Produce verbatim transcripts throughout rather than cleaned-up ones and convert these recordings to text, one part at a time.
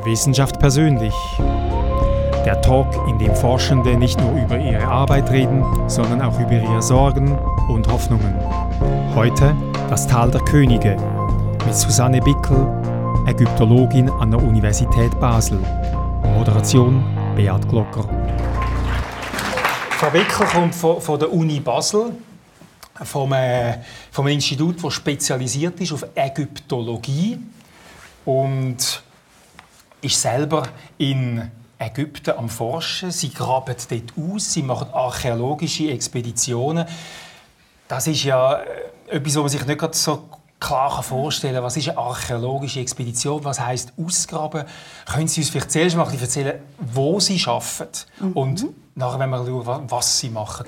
Wissenschaft persönlich. Der Talk, in dem Forschende nicht nur über ihre Arbeit reden, sondern auch über ihre Sorgen und Hoffnungen. Heute das Tal der Könige mit Susanne Bickel, Ägyptologin an der Universität Basel. Moderation Beat Glocker. Frau Bickel kommt von, von der Uni Basel, vom, äh, vom Institut, das spezialisiert ist auf Ägyptologie und ist selber in Ägypten am Forschen. Sie graben dort aus, sie machen archäologische Expeditionen. Das ist ja etwas, was man sich nicht so klar vorstellen kann. Was ist eine archäologische Expedition? Was heisst ausgraben? Können Sie uns vielleicht zuerst mal erzählen, wo Sie arbeiten? Mhm. Und nachher wenn wir schauen, was Sie machen.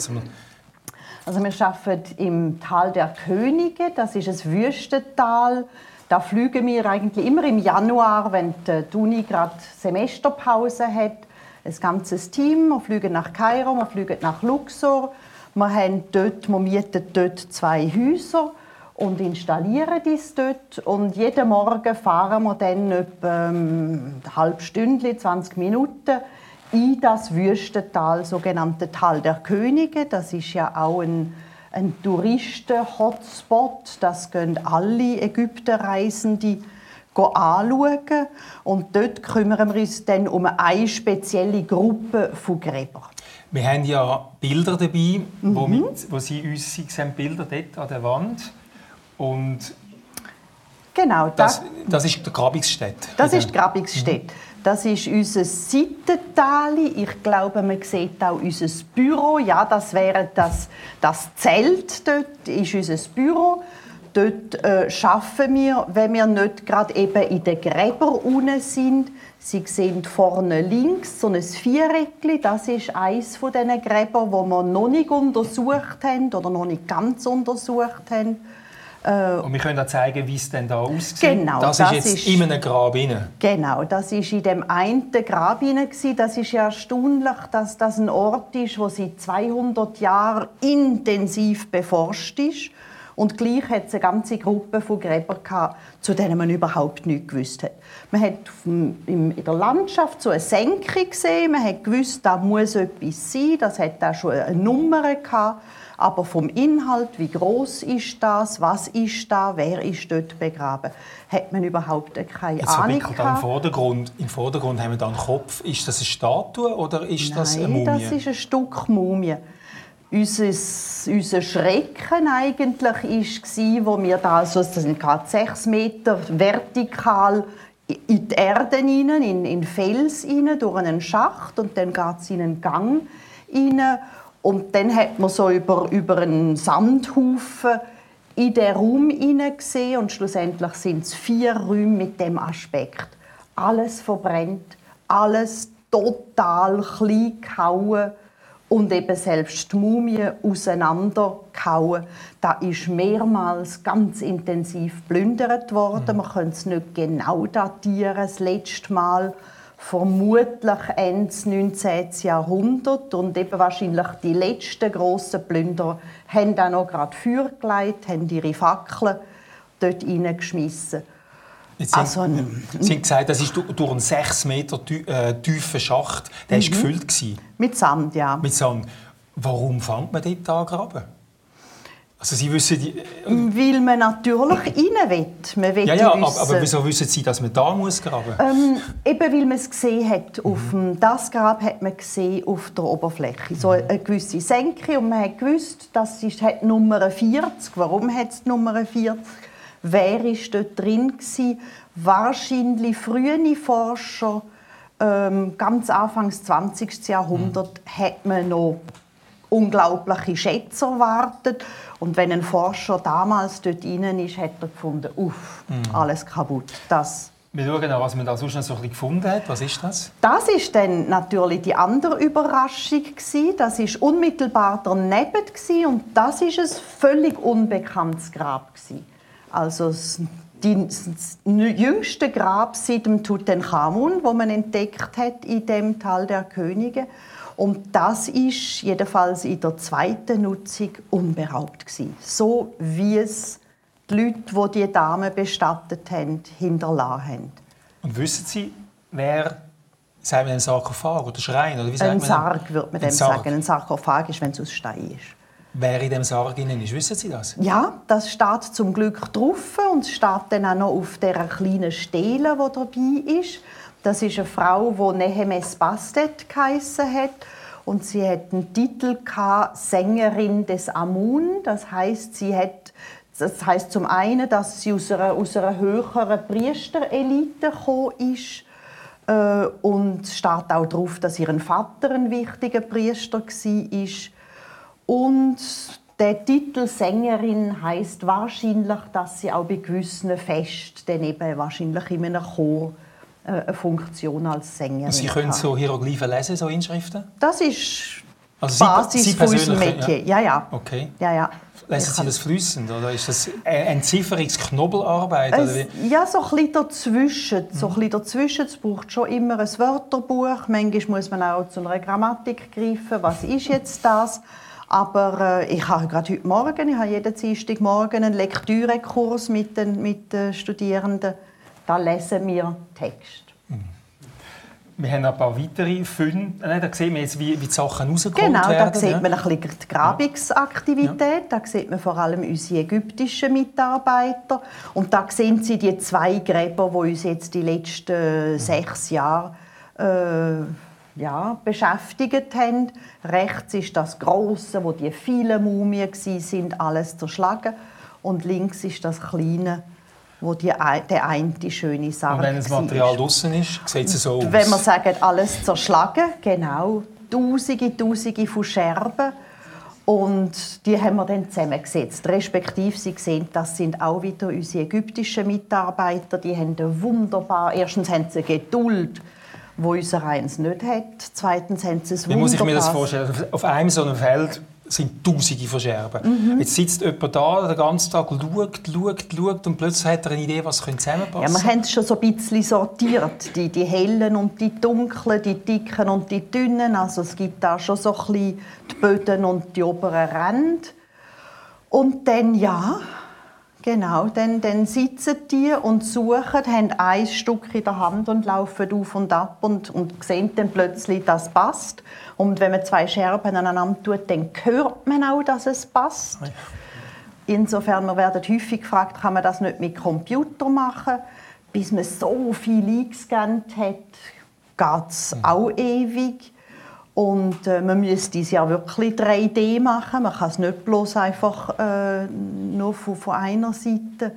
Also wir arbeiten im Tal der Könige. Das ist ein Wüstental. Da fliegen wir eigentlich immer im Januar, wenn die Uni gerade Semesterpause hat. Ein ganzes Team. Wir fliegen nach Kairo, wir fliegen nach Luxor. Wir, haben dort, wir mieten dort zwei Häuser und installieren dies dort. Und jeden Morgen fahren wir dann etwa eine halbe Stunde, zwanzig Minuten in das Wüstental, sogenannte Tal der Könige. Das ist ja auch ein Ein Touristen-Hotspot, das gehen alle Ägyptenreisende anschauen. Und dort kümmern wir uns dann um eine spezielle Gruppe von Gräbern. Wir haben ja Bilder dabei, mhm. wo, mit, wo Sie uns Sie sehen, Bilder dort an der Wand. Und genau, das, das ist die Grabungsstätte. Das ist die Grabungsstätte. Mhm. Das ist unser Seitental. Ich glaube, man sieht auch unser Büro. Ja, das wäre das, das Zelt. Dort ist unser Büro. Dort äh, arbeiten wir, wenn wir nicht gerade eben in den Gräbern unten sind. Sie sehen vorne links so ein Viereckchen. Das ist eines von diesen Gräbern, die wir noch nicht untersucht haben oder noch nicht ganz untersucht haben. Und wir können auch zeigen, wie es denn da aussieht. Genau, das, das ist jetzt ist, in einem Grab rein. Genau, das war in dem einen Grab rein. Das ist ja erstaunlich, dass das ein Ort ist, der seit zweihundert Jahren intensiv beforscht ist. Und gleich hat es eine ganze Gruppe von Gräbern gehabt, zu denen man überhaupt nichts gewusst hat. Man hat in der Landschaft so eine Senke gesehen, man hat gewusst, da muss etwas sein, das hat da schon eine Nummer gehabt. Aber vom Inhalt, wie groß ist das, was ist da, wer ist dort begraben, hat man überhaupt keine Jetzt Ahnung gehabt. Im Vordergrund, Im Vordergrund haben wir da einen Kopf. Ist das eine Statue oder ist Nein, das eine Mumie? das ist ein Stück Mumie. Unser, unser Schrecken eigentlich war, wo wir da, also das sind gerade sechs Meter vertikal in die Erde hinein, in den Fels hinein, durch einen Schacht und dann geht es in einen Gang hinein. Und dann hat man so über, über einen Sandhaufen in den Raum hineingesehen und schlussendlich sind es vier Räume mit dem Aspekt. Alles verbrennt, alles total klein gehauen und eben selbst die Mumie auseinandergehauen. Da ist mehrmals ganz intensiv geplündert worden. Mhm. Man kann es nicht genau datieren, das letzte Mal. Vermutlich Ende des neunzehnten. Jahrhunderts. Und eben wahrscheinlich die letzten grossen Plünderer haben dann noch gerade Feuer gelegt, haben ihre Fackeln dort reingeschmissen. Jetzt sind, also, Sie haben gesagt, das ist durch einen sechs Meter tiefen Schacht. Der war mhm. gefüllt. Mit Sand, ja. Mit Sand. Warum fängt man dort an graben? Also Sie wissen die, Weil man natürlich rein will. Man will ja, ja, wissen, aber, aber wieso wissen Sie, dass man da muss graben muss? Ähm, eben weil man es gesehen hat. Mhm. Auf dem, das Grab hat man gesehen auf der Oberfläche. So eine gewisse Senke. Und man hat gewusst, das ist, hat Nummer vierzig. Warum hat es Nummer vierzig? Wer war dort drin gewesen? Wahrscheinlich frühe Forscher. Ähm, ganz Anfang des zwanzigsten. Jahrhunderts mhm. hat man noch unglaubliche Schätze erwartet. Und wenn ein Forscher damals dort rein ist, hat er gefunden, uff, mm. alles kaputt. Das Wir schauen auch, was man da sonst noch so ein bisschen gefunden hat. Was ist das? Das ist dann natürlich die andere Überraschung. Das war unmittelbar daneben und das ist ein völlig unbekanntes Grab. Also das jüngste Grab seit dem Tutanchamun, das man entdeckt hat in dem Tal der Könige. Und das ist jedenfalls in der zweiten Nutzung unberaubt gewesen. So wie es die Leute, die die Dame bestattet haben, hinterlassen haben. Und wissen Sie, wäre, sagen wir, ein Sarkophag oder Schrein? Oder wie sagt ein man Sarg, würde man dem ein Sarg. sagen. Ein Sarkophag ist, wenn es aus Stein ist. Wer in dem Sarg innen ist, wissen Sie das? Ja, das steht zum Glück drauf und es steht dann auch noch auf dieser kleinen Stele, die dabei ist. Das ist eine Frau, die Nehemes Bastet geheissen hat. Und sie hat einen Titel gehabt, Sängerin des Amun. Das heißt, sie hat, das heißt zum einen, dass sie aus einer, aus einer höheren Priesterelite gekommen ist. Äh, und es steht auch darauf, dass ihr Vater ein wichtiger Priester war. Und der Titel Sängerin heisst wahrscheinlich, dass sie auch bei gewissen Festen dann eben wahrscheinlich in einem Chor eine Funktion als Sängerin. Sie können so Hieroglyphen lesen, so Inschriften? Das ist also die Basis Sie, Sie von unserem persönlich, Metier. Ja, ja. Okay. Ja, ja. Lesen Sie das fließend oder ist das eine Entzifferungsknobelarbeit? Es, oder wie? Ja, so ein bisschen dazwischen. So ein bisschen dazwischen. Es braucht schon immer ein Wörterbuch. Manchmal muss man auch zu einer Grammatik greifen. Was ist jetzt das? Aber äh, ich habe gerade heute Morgen, ich habe jeden Dienstagmorgen einen Lektürekurs mit den, mit den Studierenden. Da lesen wir Text. Wir haben ein paar weitere Funde. Da sehen wir jetzt, wie, wie die Sachen rausgeholt genau, werden. Genau, da sieht ja. man ein bisschen die Grabungsaktivität. Ja. Da sieht man vor allem unsere ägyptischen Mitarbeiter. Und da sehen Sie die zwei Gräber, die uns jetzt die letzten mhm. sechs Jahre äh, ja, beschäftigt haben. Rechts ist das Grosse, wo die vielen Mumien sind, alles zerschlagen. Und links ist das Kleine, wo die, der eine die schöne Sarg war. Und wenn das Material draussen ist, sieht es so aus? Wenn man sagt, alles zerschlagen, genau. Tausende, Tausende von Scherben. Und die haben wir dann zusammengesetzt. Respektive, Sie sehen, das sind auch wieder unsere ägyptischen Mitarbeiter. Die haben eine wunderbar, erstens haben sie Geduld, wo unser eins nicht hat. Zweitens haben sie es wunderbar. Wie muss ich mir das vorstellen? Auf einem so einem Feld sind Tausende von Scherben. Mhm. Jetzt sitzt jemand da, den ganzen Tag schaut, schaut, schaut und plötzlich hat er eine Idee, was zusammenpassen könnte. Ja, wir haben es schon so ein bisschen sortiert. Die, die hellen und die dunklen, die dicken und die dünnen. Also es gibt da schon so ein bisschen die Böden und die oberen Ränder. Und dann, ja, genau, dann, dann sitzen die und suchen, haben ein Stück in der Hand und laufen auf und ab und, und sehen dann plötzlich, dass es passt. Und wenn man zwei Scherben aneinander tut, dann hört man auch, dass es passt. Insofern, wir werden häufig gefragt, kann man das nicht mit Computer machen? Bis man so viel eingescannt hat, geht es mhm. auch ewig. Und äh, man müsste es ja wirklich drei D machen. Man kann es nicht bloß einfach äh, nur von, von einer Seite.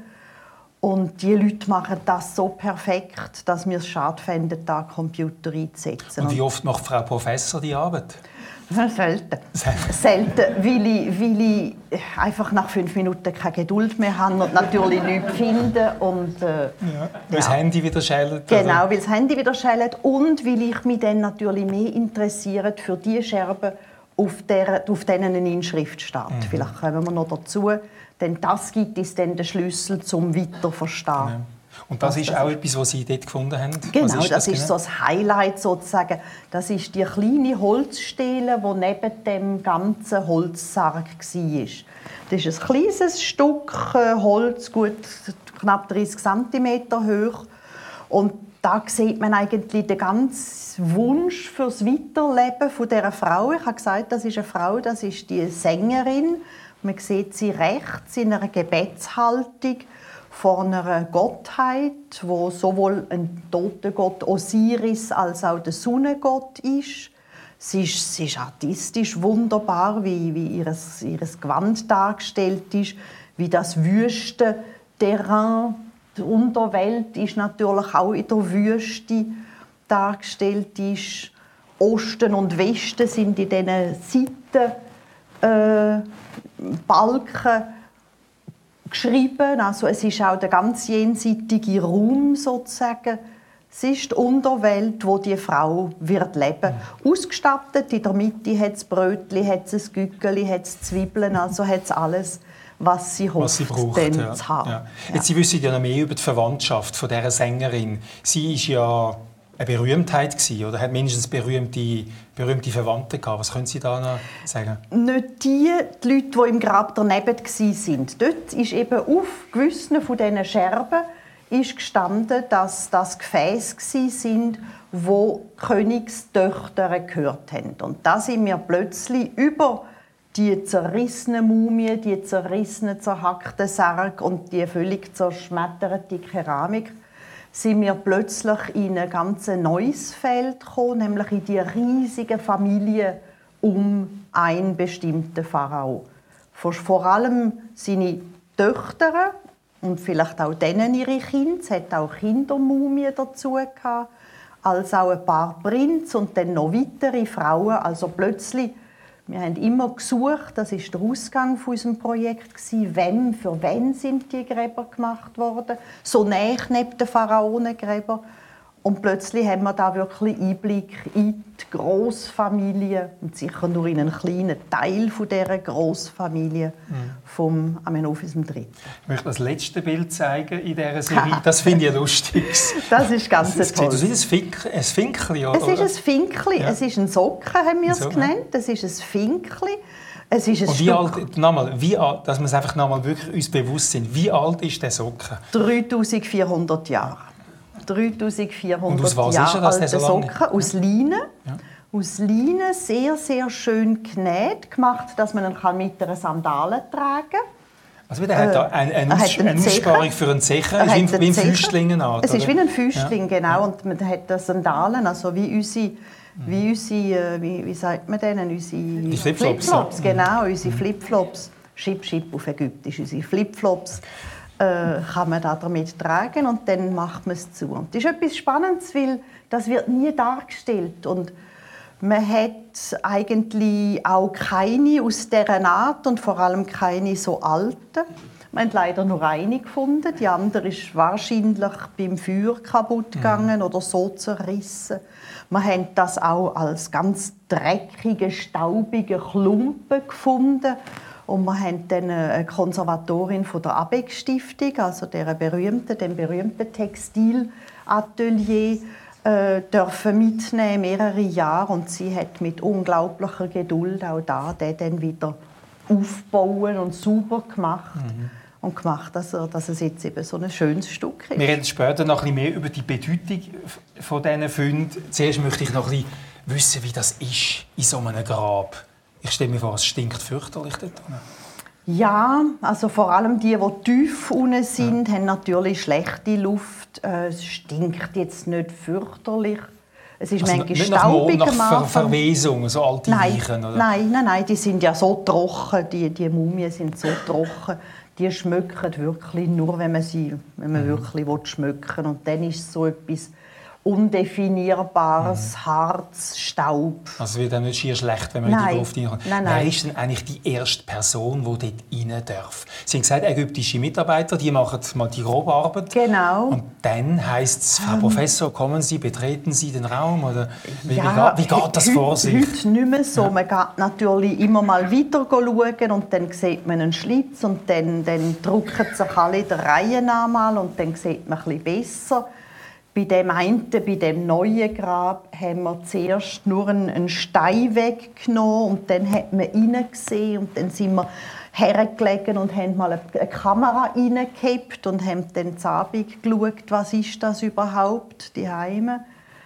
Und die Leute machen das so perfekt, dass wir es schade fänden, da Computer einzusetzen. Und wie oft macht Frau Professor die Arbeit? Selten. Selten, weil ich, weil ich einfach nach fünf Minuten keine Geduld mehr habe und natürlich nichts finde. Und, äh, ja, weil ja. das Handy wieder schellt. Genau, weil das Handy wieder schellt und weil ich mich dann natürlich mehr interessiere für die Scherben, auf, der, auf denen eine Inschrift steht. Mhm. Vielleicht kommen wir noch dazu. Denn das gibt uns dann den Schlüssel zum Weiterverstehen. Ja. Und das was ist das auch ist. Etwas, was Sie dort gefunden haben? Genau, ist das, das ist so das Highlight sozusagen. Das ist die kleine Holzstele, die neben dem ganzen Holzsarg war. Das ist ein kleines Stück Holz, gut knapp dreißig Zentimeter hoch. Und da sieht man eigentlich den ganzen Wunsch für das Weiterleben von dieser Frau. Ich habe gesagt, das ist eine Frau, das ist die Sängerin. Man sieht sie rechts in einer Gebetshaltung vor einer Gottheit, wo sowohl ein toter Gott Osiris als auch der Sonnengott ist. Sie ist, sie ist artistisch wunderbar, wie, wie ihr Gewand dargestellt ist, wie das wüste Terrain. Die Unterwelt ist natürlich auch in der Wüste dargestellt. Ist. Osten und Westen sind in diesen Seiten äh, Balken geschrieben. Also es ist auch der ganz jenseitige Raum sozusagen. Es ist die Unterwelt, wo die Frau wird leben. Mhm. Ausgestattet, in der Mitte hat es Brötchen, hat es Güggeli, hat es Zwiebeln, also hat es alles, was sie hofft, was sie braucht, ja. zu haben. Ja. Jetzt, Sie wissen ja noch mehr über die Verwandtschaft von dieser Sängerin. Sie ist ja eine Berühmtheit gewesen, oder hat mindestens berühmte, berühmte Verwandte gehabt. Was können Sie da noch sagen? Nicht die, die Leute, die im Grab daneben waren. Dort ist eben auf gewissen von diesen Scherben ist gestanden, dass das Gefäße sind, wo Königstöchter gehört haben. Und da sind wir plötzlich über die zerrissene Mumie, die zerrissene, zerhackte Särge und die völlig zerschmetterte Keramik, sind wir plötzlich in ein ganz neues Feld gekommen, nämlich in die riesige Familie um einen bestimmten Pharao. Vor allem seine Töchter und vielleicht auch denen ihre Kinder, es hat auch Kindermumien dazu gehabt, als auch ein paar Prinzen und dann noch weitere Frauen. Also plötzlich, wir haben immer gesucht, das ist der Ausgang von unserem Projekt, wem, für wen sind die Gräber gemacht worden, so nahe neben den Pharaonengräbern. Und plötzlich haben wir da wirklich Einblick in die Grossfamilie und sicher nur in einen kleinen Teil von dieser Grossfamilie mhm. vom Amenhotep der Dritte. Ich möchte das letzte Bild zeigen in dieser Serie. Das finde ich lustig. Das ist ganz das toll. Das ist ein Finkli, oder? Es ist ein Finkli. Ja. Es ist ein Socken, haben wir es genannt. Es ist ein Finkli. Es ist ein und wie Stück. alt, nochmal, wie alt, dass wir es einfach nochmal wirklich uns bewusst sind, wie alt ist der Socken? dreitausendvierhundert Jahre. dreitausendvierhundert Jahre Jahre alte so Socken aus Leinen. Ja. Aus Leinen, sehr, sehr schön genäht, gemacht, dass man ihn mit einer Sandale tragen kann. Also der hat da eine, eine, Aus eine Aussparung für einen Zecher, es ist wie ein Füßling. Es ist wie ein Füßling, ja. Genau. Und man hat da Sandalen, also wie unsere, wie unsere wie, wie sagt man denen, unsere Die Flipflops. Flipflops, genau, unsere Flipflops. Schip, Schip auf Ägyptisch, unsere Flipflops. Äh, kann man da damit tragen und dann macht man es zu. Und das ist etwas Spannendes, weil das wird nie dargestellt und man hat eigentlich auch keine aus dieser Art und vor allem keine so alten. Man hat leider nur eine gefunden, die andere ist wahrscheinlich beim Feuer kaputt gegangen mhm. oder so zerrissen. Man hat das auch als ganz dreckige, staubige Klumpen gefunden. Und wir haben dann eine Konservatorin von der Abeck-Stiftung, also der berühmten, dem berühmten Textilatelier, äh, dürfen mitnehmen, mehrere Jahre. Und sie hat mit unglaublicher Geduld auch da den dann wieder aufbauen und sauber gemacht. Mhm. Und gemacht, dass, er, dass es jetzt eben so ein schönes Stück ist. Wir reden später noch ein bisschen mehr über die Bedeutung von diesen Funden. Zuerst möchte ich noch ein bisschen wissen, wie das ist in so einem Grab. Ich stelle mir vor, es stinkt fürchterlich dort unten. Ja, also vor allem die, die tief unten sind, ja. haben natürlich schlechte Luft. Es stinkt jetzt nicht fürchterlich. Es ist also manchmal nicht staubig nach, am nach Anfang. Verwesung, so alte nein, Leichen? Oder? Nein, nein, nein, die sind ja so trocken. Die, die Mumien sind so trocken. Die schmecken wirklich nur, wenn man sie wenn man mhm. wirklich schmecken will. Und dann ist es so etwas undefinierbares mhm. Harz, Staub. Also es wird dann nicht schier schlecht, wenn man nein. in die Gruft hineinkommt. Nein, Wer nein. ist denn eigentlich die erste Person, die dort rein darf? Sie haben gesagt, ägyptische Mitarbeiter, die machen mal die Grobarbeit. Genau. Und dann heisst es, Frau ähm. Professor, kommen Sie, betreten Sie den Raum? Oder wie, ja, wie, geht, wie geht das heute, vor sich? Heute nicht mehr so. Ja. Man geht natürlich immer mal weiter schauen und dann sieht man einen Schlitz und dann, dann drucken sich alle der Reihe nach mal und dann sieht man ein bisschen besser. Bei dem einen, bei dem neuen Grab, haben wir zuerst nur einen Stein weggenommen und dann hat man reingesehen und dann sind wir hergelegen und haben mal eine Kamera reingehabt und haben dann zu Abend geschaut, was ist das überhaupt, die Heime.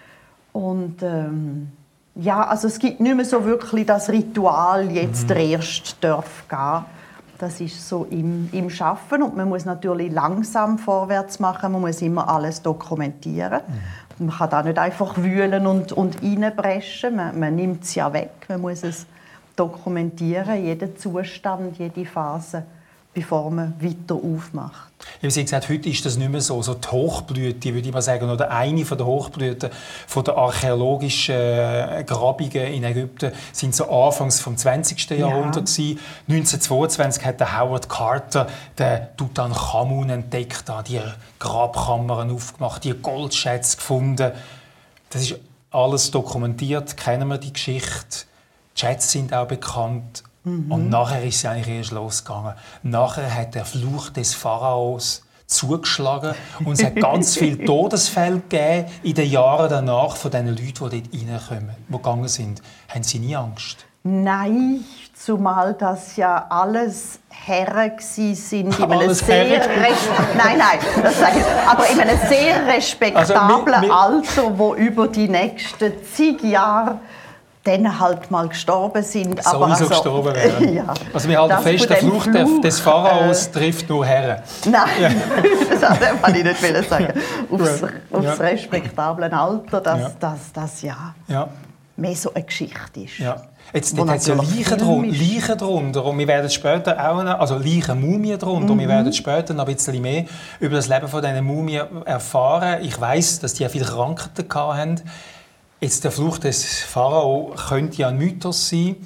Und ähm, ja, also es gibt nicht mehr so wirklich das Ritual, jetzt mhm. der Erste darf gehen. Das ist so im, im Schaffen und man muss natürlich langsam vorwärts machen. Man muss immer alles dokumentieren. Mhm. Man kann da nicht einfach wühlen und, und reinpreschen. Man, man nimmt es ja weg. Man muss es dokumentieren, jeden Zustand, jede Phase, bevor man weiter aufmacht. Wie Sie gesagt, heute ist das nicht mehr so. So die Hochblüte, würde ich mal sagen, oder eine von der Hochblüten von der archäologischen Grabungen in Ägypten sind so Anfangs vom zwanzigsten Jahrhundert gewesen. neunzehnhundertzweiundzwanzig hat der Howard Carter den Tutanchamun entdeckt, die Grabkammern aufgemacht, die Goldschätze gefunden. Das ist alles dokumentiert, kennen wir die Geschichte. Die Schätze sind auch bekannt. Mhm. Und nachher ist es eigentlich erst losgegangen. Nachher hat der Fluch des Pharaos zugeschlagen und es hat ganz viele Todesfälle gegeben in den Jahren danach von den Leuten, die dort reinkommen, die gegangen sind. Haben Sie nie Angst? Nein, zumal das ja alles Herren sind in einem Alles sehr Herren? res- nein, nein, das sage ich, aber in einem sehr respektablen Also, wir- wir- Alter, wo über die nächsten zig Jahre dann halt mal gestorben sind. Sowieso aber also, gestorben werden. Ja, Also wir halten das fest, von der dem Fluch der- Fluch, des Pharaos äh, trifft nur Herren. Nein, das wollte ich nicht wollen sagen. Aufs, Gut. aufs Ja. respektable Alter, dass Ja. das, das ja Ja. mehr so eine Geschichte ist. Ja. Jetzt Wo dort hat es ja natürlich Leichen, drun Film ist. Leichen drunter und wir werden später auch noch, also Leichen-Mumien drunter, und wir werden später noch ein bisschen mehr über das Leben von diesen Mumien erfahren. Ich weiss, dass die auch viele Krankheiten hatten. Jetzt der Fluch des Pharao könnte ja ein Mythos sein,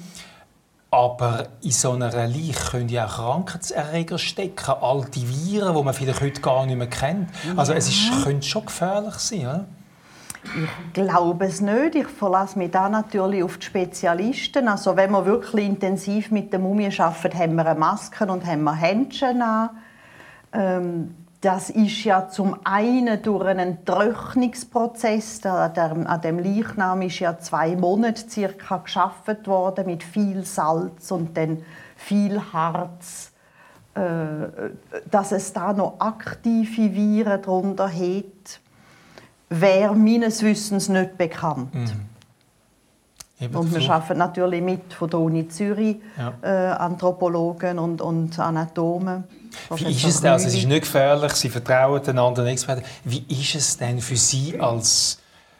aber in so einer Leiche können ja auch Krankheitserreger stecken, alte Viren, die man vielleicht heute gar nicht mehr kennt. Also es ist, könnte schon gefährlich sein, oder? Ich glaube es nicht. Ich verlasse mich da natürlich auf die Spezialisten. Also wenn wir wirklich intensiv mit der Mumie arbeiten, haben wir Masken und haben wir Händchen an. Ähm, das ist ja zum einen durch einen Trocknungsprozess. An dem, an dem Leichnam ist ja zwei Monate circa geschaffen worden mit viel Salz und dann viel Harz. Äh, dass es da noch aktive Viren darunter hat, wäre meines Wissens nicht bekannt. Mhm. Eben Und wir Fluch. arbeiten natürlich mit von der Uni Zürich, Ja. äh, Anthropologen und, und Anatomen. Wie ist es denn? Also es ist nicht gefährlich, Sie vertrauen den anderen Experten. Wie ist es denn für Sie als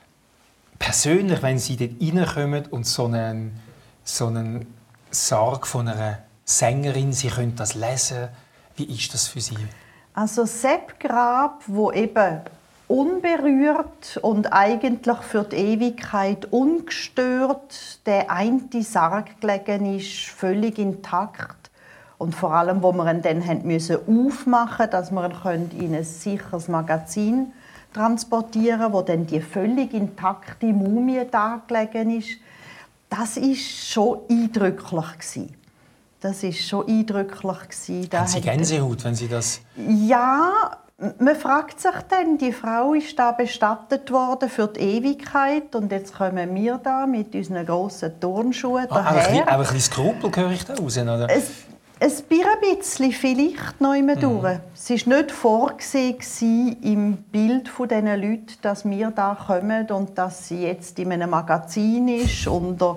persönlich, wenn Sie dort reinkommen und so einen, so einen Sarg von einer Sängerin, Sie können das lesen, wie ist das für Sie? Also Sepp Grab, wo eben unberührt und eigentlich für die Ewigkeit ungestört der eine Sarg gelegen ist, völlig intakt. Und vor allem, wo wir ihn dann haben müssen aufmachen, dass wir ihn in ein sicheres Magazin transportieren können, wo dann die völlig intakte Mumie da gelegen ist. Das ist schon eindrücklich gewesen. Das ist schon eindrücklich gewesen. Da Haben Sie hat- Gänsehaut, wenn Sie das... Ja, man fragt sich dann, die Frau ist da bestattet worden für die Ewigkeit und jetzt kommen wir da mit unseren grossen Turnschuhen Ah, auch, ein bisschen, auch daher. ein bisschen Skrupel höre ich da raus, oder? Es, es bir ein bisschen vielleicht noch immer durch. Es war nicht vorgesehen im Bild dieser Leute, dass wir da kommen und dass sie jetzt in einem Magazin ist, unter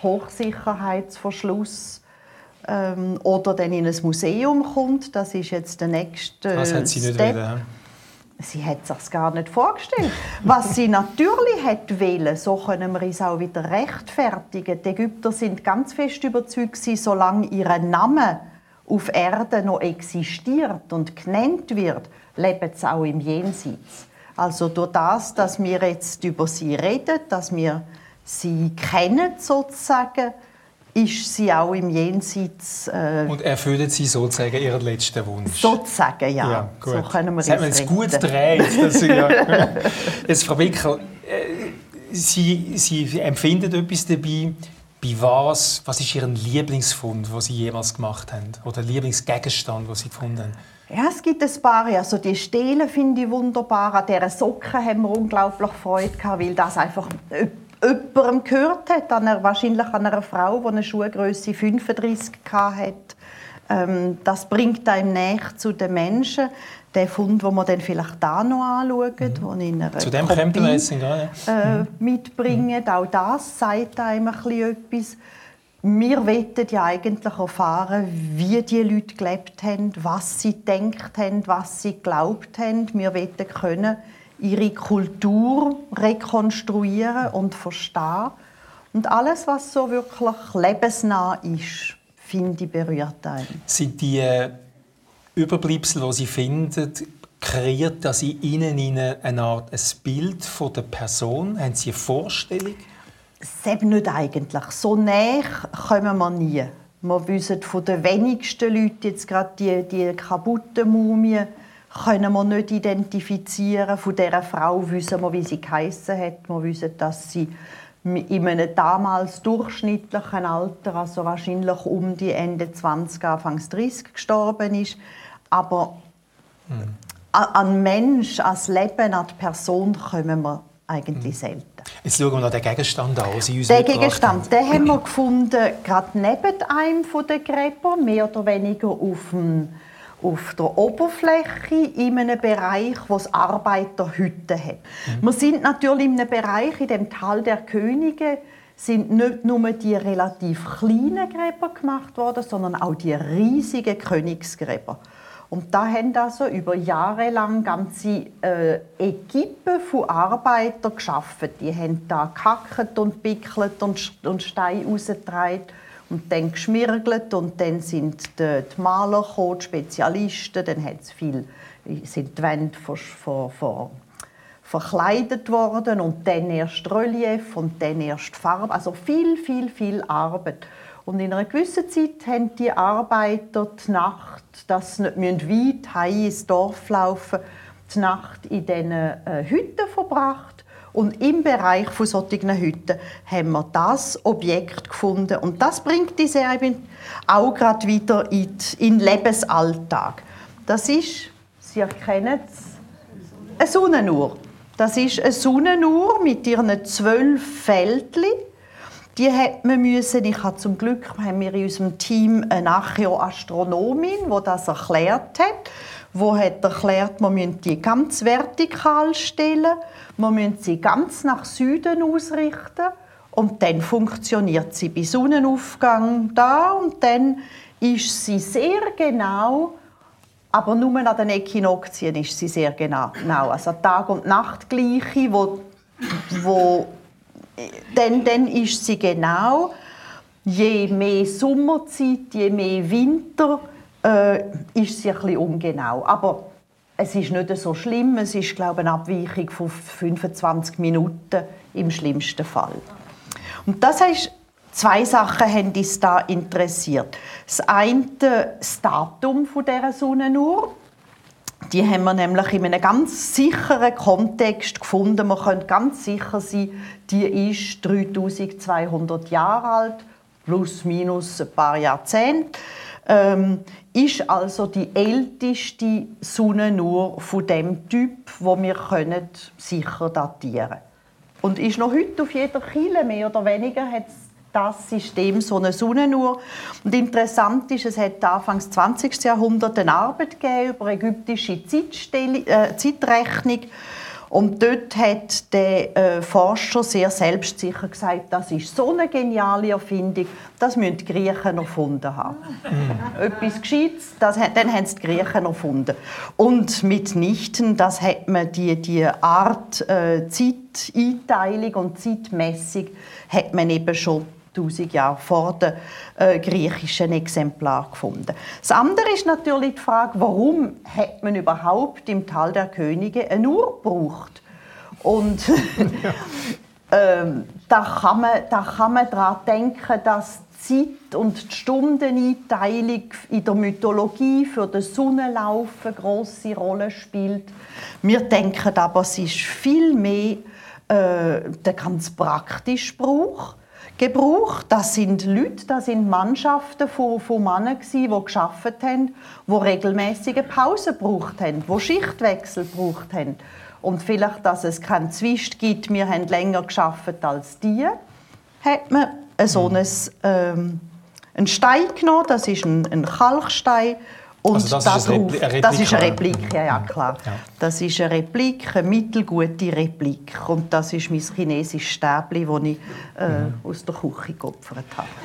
Hochsicherheitsverschluss. Ähm, oder dann in ein Museum kommt. Das ist jetzt der nächste Das hat sie nicht Step. wollen, ja. Sie hat sich gar nicht vorgestellt. Was sie natürlich hätte wollen, so können wir uns auch wieder rechtfertigen. Die Ägypter sind ganz fest überzeugt, solange ihr Name auf Erde noch existiert und genannt wird, leben sie auch im Jenseits. Also durch das, dass wir jetzt über sie reden, dass wir sie kennen sozusagen, ist sie auch im Jenseits äh, Und erfüllen Sie sozusagen Ihren letzten Wunsch? sozusagen, ja. gut. So können wir das hat man uns jetzt gut retten. gedreht. Das, ja. Jetzt, Frau Wickel, äh, Sie, Sie empfinden etwas dabei. Bei was, was ist Ihr Lieblingsfund, den Sie jemals gemacht haben? Oder Lieblingsgegenstand, den Sie gefunden haben? Ja, es gibt ein paar. Also die Stelen finde ich wunderbar. An dieser Socke haben wir unglaublich Freude gehabt, weil das einfach jemandem gehört hat. An einer, wahrscheinlich an einer Frau, die eine Schuhgröße fünfunddreißig hatte. Ähm, das bringt einem näher zu den Menschen. Der Fund, den wir dann vielleicht da noch anschauen, mhm. den in einer Zu dem Kopie, kommen wir jetzt gerade. äh, Mhm. mitbringen. Auch das sagt einem ein bisschen etwas. Wir wollen ja eigentlich erfahren, wie die Leute gelebt haben, was sie gedacht haben, was sie geglaubt haben. Wir wollen können ihre Kultur rekonstruieren und verstehen. Und alles, was so wirklich lebensnah ist, finde ich, berührt einen. Sind die äh, Überbleibsel, die Sie finden, kreiert das in Ihnen eine Art ein Bild von der Person? Haben Sie eine Vorstellung? Selbst nicht eigentlich. So näher kommen wir nie. Wir wissen von den wenigsten Leuten, jetzt gerade die, die kaputten Mumien, können wir nicht identifizieren. Von dieser Frau wissen wir, wie sie geheissen hat. Wir wissen, dass sie in einem damals durchschnittlichen Alter, also wahrscheinlich um die Ende zwanzig, Anfang dreißig gestorben ist. Aber hm. an Mensch, an das Leben, an die Person kommen wir eigentlich selten. Jetzt schauen wir noch den Gegenstand an, den Sie uns Den Gegenstand, den haben wir gefunden, gerade neben einem der Gräber, mehr oder weniger auf, dem, auf der Oberfläche, in einem Bereich, wo es Arbeiterhütten hat. Mhm. Wir sind natürlich in einem Bereich, in dem Tal der Könige, sind nicht nur die relativ kleinen Gräber gemacht worden, sondern auch die riesigen Königsgräber. Und da haben also über Jahre lang ganze äh, Equipen von Arbeitern geschafft. Die haben da gehackt und pickelt und, und Steine rausgetragen und dann geschmirgelt. Und dann sind die, die Maler gekommen, die Spezialisten. Dann hat's viel, sind die Wände vor, vor, vor, verkleidet worden und dann erst Relief und dann erst Farbe. Also viel, viel, viel Arbeit. Und in einer gewissen Zeit haben die Arbeiter die Nacht, dass sie nicht weit heim ins Dorf laufen müssen, die Nacht in diesen äh, Hütten verbracht. Und im Bereich von solchen Hütten haben wir das Objekt gefunden. Und das bringt die Serie auch gerade wieder in den Lebensalltag. Das ist, Sie erkennen es, eine Sonnenuhr. Das ist eine Sonnenuhr mit ihren zwölf Fältchen. Die hat man müssen, ich habe zum Glück haben wir in unserem Team eine Archäoastronomin, die das erklärt hat. Die hat erklärt, wir müssen die ganz vertikal stellen, wir müssen sie ganz nach Süden ausrichten und dann funktioniert sie bei Sonnenaufgang da und dann ist sie sehr genau, aber nur an den Äquinoxien ist sie sehr genau. Also Tag- und Nachtgleiche, wo, wo Dann, dann ist sie genau, je mehr Sommerzeit, je mehr Winter, äh, ist sie ein bisschen ungenau. Aber es ist nicht so schlimm, es ist, glaube ich, eine Abweichung von fünfundzwanzig Minuten im schlimmsten Fall. Und das heißt, zwei Sachen haben uns da interessiert. Das eine, das Datum dieser Sonnenuhr. Die haben wir nämlich in einem ganz sicheren Kontext gefunden. Man kann ganz sicher sein, die ist dreitausendzweihundert Jahre alt, plus minus ein paar Jahrzehnte. Ähm, ist also die älteste Sonnenuhr von dem Typ, wo wir können sicher datieren können. Und ist noch heute auf jeder Kille mehr oder weniger hat das System so eine Sonnenuhr. Und interessant ist, es hat Anfang des zwanzigsten Jahrhunderts eine Arbeit gegeben über ägyptische Zeitstelle, äh, Zeitrechnung. Und dort hat der äh, Forscher sehr selbstsicher gesagt, das ist so eine geniale Erfindung, das müssen die Griechen erfunden haben. Mm. Etwas Gescheites, das, dann haben es die Griechen erfunden. Und mitnichten, das hat man die, die Art äh, Zeiteinteilung und Zeitmessung hat man eben schon tausend Jahre vor dem äh, griechischen Exemplar gefunden. Das andere ist natürlich die Frage, warum hat man überhaupt im Tal der Könige eine Uhr gebraucht? Und ähm, da kann man, da kann man daran denken, dass die Zeit- und die Stundeneinteilung in der Mythologie für den Sonnenlauf eine grosse Rolle spielt. Wir denken aber, es ist viel mehr äh, der ganz praktische Brauch. Gebrauch. Das sind Leute, das sind Mannschaften von, von Männern, die gearbeitet haben, die regelmäßige Pausen gebraucht haben, die Schichtwechsel gebraucht haben. Und vielleicht, dass es keinen Zwist gibt, wir haben länger gearbeitet als die, hat man so einen, ähm, einen Stein genommen, das ist ein, ein Kalkstein. Und also das, ist darauf, eine Replik- das ist eine Replik, ja, ja klar. Ja. Das ist eine Replik, eine mittelgute Replik. Und das ist mein chinesisches Stäbchen, das ich äh, mhm. aus der Küche geopfert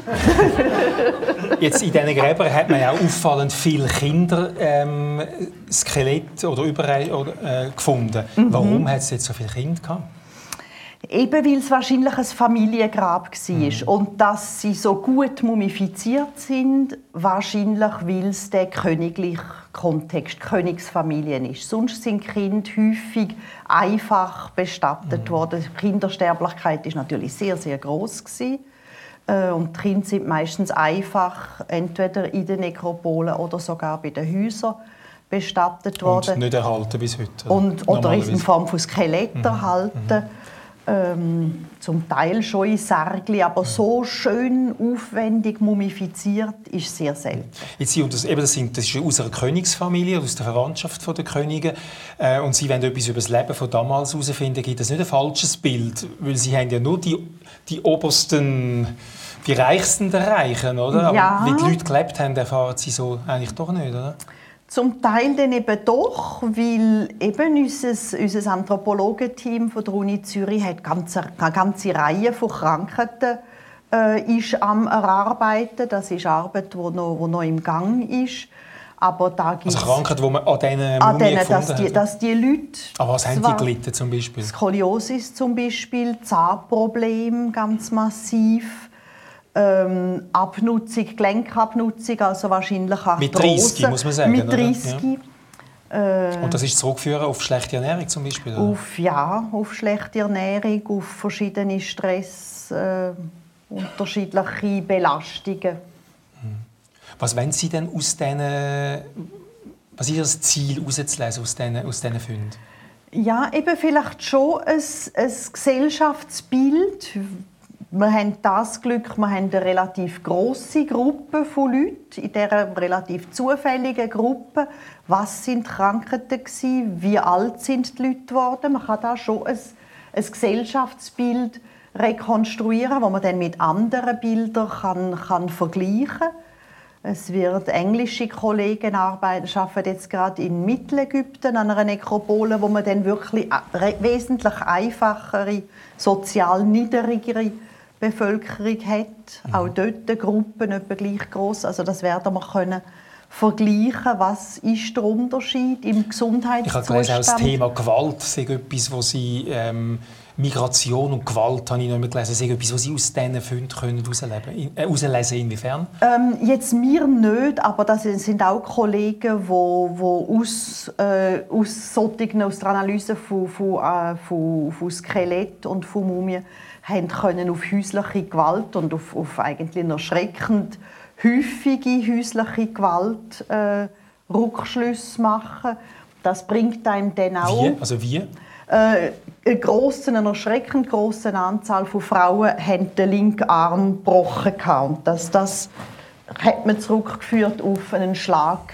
habe. Jetzt in diesen Gräbern hat man ja auch auffallend viele Kinder ähm, Skelette oder überall oder, äh, gefunden. Mhm. Warum hat es jetzt so viele Kinder gehabt? Eben weil es wahrscheinlich ein Familiengrab war. Mhm. Und dass sie so gut mumifiziert sind, wahrscheinlich weil es der königliche Kontext, Königsfamilien ist. Sonst sind Kinder häufig einfach bestattet mhm. worden. Die Kindersterblichkeit war natürlich sehr, sehr gross gewesen. Und die Kinder sind meistens einfach entweder in den Nekropolen oder sogar bei den Häusern bestattet worden. Und nicht erhalten bis heute? Und, oder in Form von Skelett mhm. erhalten. Mhm. Ähm, zum Teil schon in Särgli, aber so schön aufwendig mumifiziert ist sehr selten. Jetzt Sie, und das, eben, das, sind, das ist aus einer Königsfamilie, aus der Verwandtschaft der Könige. Äh, und Sie wollen etwas über das Leben von damals herausfinden, gibt es nicht ein falsches Bild? Weil Sie haben ja nur die, die obersten, die Reichsten der Reichen, oder? Ja. Aber wie die Leute gelebt haben, erfahren Sie so eigentlich doch nicht, oder? Zum Teil dann eben doch, weil eben unser, unser Anthropologenteam von der Uni Zürich hat ganze, eine ganze Reihe von Krankheiten äh, ist am Erarbeiten. Das ist Arbeit, die noch, die noch im Gang ist. Aber da gibt's also Krankheiten, die man an diesen Mumien an denen, gefunden dass die, hat? dass die Leute... Aber was haben die gelitten zum Beispiel? Skoliosis zum Beispiel, Zahnprobleme ganz massiv. Ähm, Abnutzung, Gelenkabnutzung, also wahrscheinlich Arthrose. Mit dreißig, muss man sagen. Mit dreißig. Ja. Äh, Und das ist zurückzuführen auf schlechte Ernährung zum Beispiel? Oder? Auf, ja, auf schlechte Ernährung, auf verschiedene Stress, äh, unterschiedliche Belastungen. Was wollen Sie denn aus diesen... Was ist das Ziel, herauszulesen aus diesen, aus diesen Funden? Ja, eben vielleicht schon ein, ein Gesellschaftsbild. Wir haben das Glück, wir haben eine relativ grosse Gruppe von Leuten, in dieser relativ zufälligen Gruppe. Was sind die Krankheiten gewesen? Wie alt sind die Leute geworden? Man kann da schon ein, ein Gesellschaftsbild rekonstruieren, das man dann mit anderen Bildern kann, kann vergleichen kann. Es wird englische Kollegen arbeiten, arbeiten jetzt gerade in Mittelägypten an einer Nekropole, wo man dann wirklich wesentlich einfachere, sozial niedrigere Bevölkerung hat. Mhm. Auch dort die Gruppen etwa gleich gross. Also das werden wir können vergleichen. Was ist der Unterschied im Gesundheitszustand? Ich habe gelesen, auch das Thema Gewalt sei etwas, wo Sie ähm, Migration und Gewalt habe ich noch gelesen, sei etwas, was Sie aus diesen Funden herauslesen können. Äh, inwiefern? Ähm, jetzt mir nicht, aber das sind auch Kollegen, die, die aus, äh, aus, solchen, aus der Analyse von, von, äh, von, von Skelett und von Mumien haben können auf häusliche Gewalt und auf, auf eigentlich eine erschreckend häufige häusliche Gewalt äh, Rückschlüsse machen. Das bringt einem dann auch... Wie? Also wie? Äh, eine, grosse, eine erschreckend grosse Anzahl von Frauen haben den linken Arm gebrochen. Und das, das hat man zurückgeführt auf einen Schlag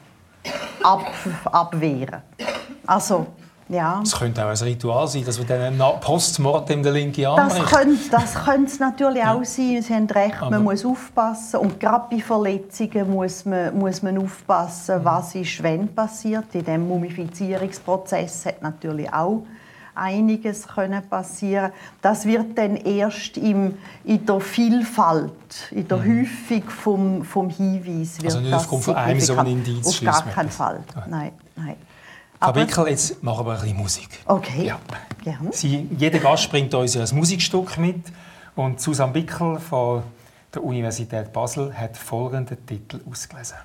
ab, abwehren. Also, ja. Es könnte auch ein Ritual sein, dass man dann postmortem den linken Arm das könnte, das könnte es natürlich auch sein. Sie haben recht, man Aber muss aufpassen. Und gerade bei Verletzungen muss man, muss man aufpassen, was ist, wenn passiert. In diesem Mumifizierungsprozess hat natürlich auch einiges können passieren. Das wird dann erst im, in der Vielfalt, in der mhm. Häufung vom, vom Hinweis wird also nicht das aufgrund von einem so einen Indiz. Auf gar keinen Fall. Nein, nein. Frau Bickel, jetzt machen wir ein bisschen Musik. Okay, ja. Gerne. Sie, jeder Gast bringt uns ein Musikstück mit. Und Susanne Bickel von der Universität Basel hat folgenden Titel ausgelesen.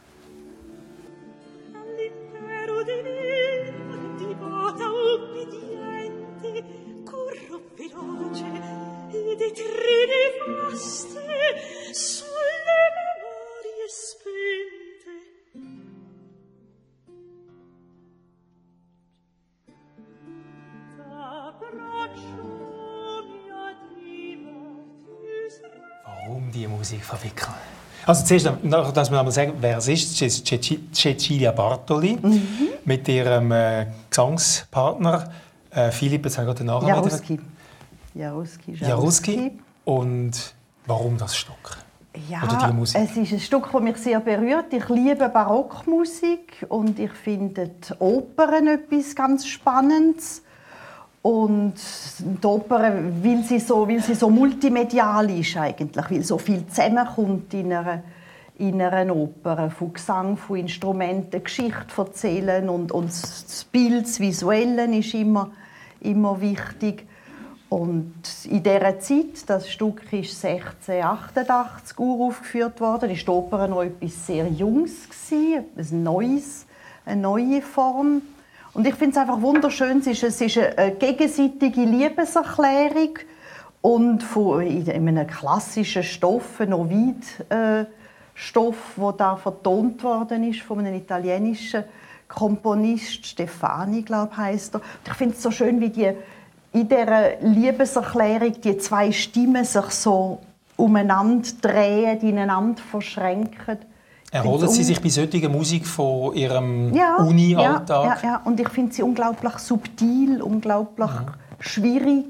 Warum diese Musik verwickeln? Also zuerst, dass wir sagen, wer es ist, ist Cecilia Bartoli mhm. mit ihrem äh, Gesangspartner äh, Philipp, jetzt habe ich den Namen Jaruski. Jaruski. Jaruski. Und warum das Stück? Ja, Oder die Musik? Es ist ein Stück, das mich sehr berührt. Ich liebe Barockmusik und ich finde die Opern etwas ganz Spannendes. Und die Oper, weil sie so, weil sie so multimedial ist eigentlich, weil so viel zusammenkommt in einer, in einer Oper, von Gesang, von Instrumenten, Geschichte erzählen und, und das Bild, das Visuelle ist immer, immer wichtig. Und in dieser Zeit, das Stück ist sechzehnhundertachtundachtzig uraufgeführt worden, ist die Oper noch etwas sehr Junges gewesen, ein neues, eine neue Form. Und ich finde es einfach wunderschön, es ist, es ist eine gegenseitige Liebeserklärung und von, in einem klassischen Stoff, ein Ovid-Stoff, der da vertont worden ist von einem italienischen Komponist, Stefani, glaube ich, heisst er. Und ich finde es so schön, wie die in dieser Liebeserklärung die zwei Stimmen sich so umeinander drehen, ineinander verschränken. Erholen Sie sich bei solcher Musik von Ihrem ja, Uni-Alltag? Ja, ja, ja, und ich finde sie unglaublich subtil, unglaublich ja. schwierig.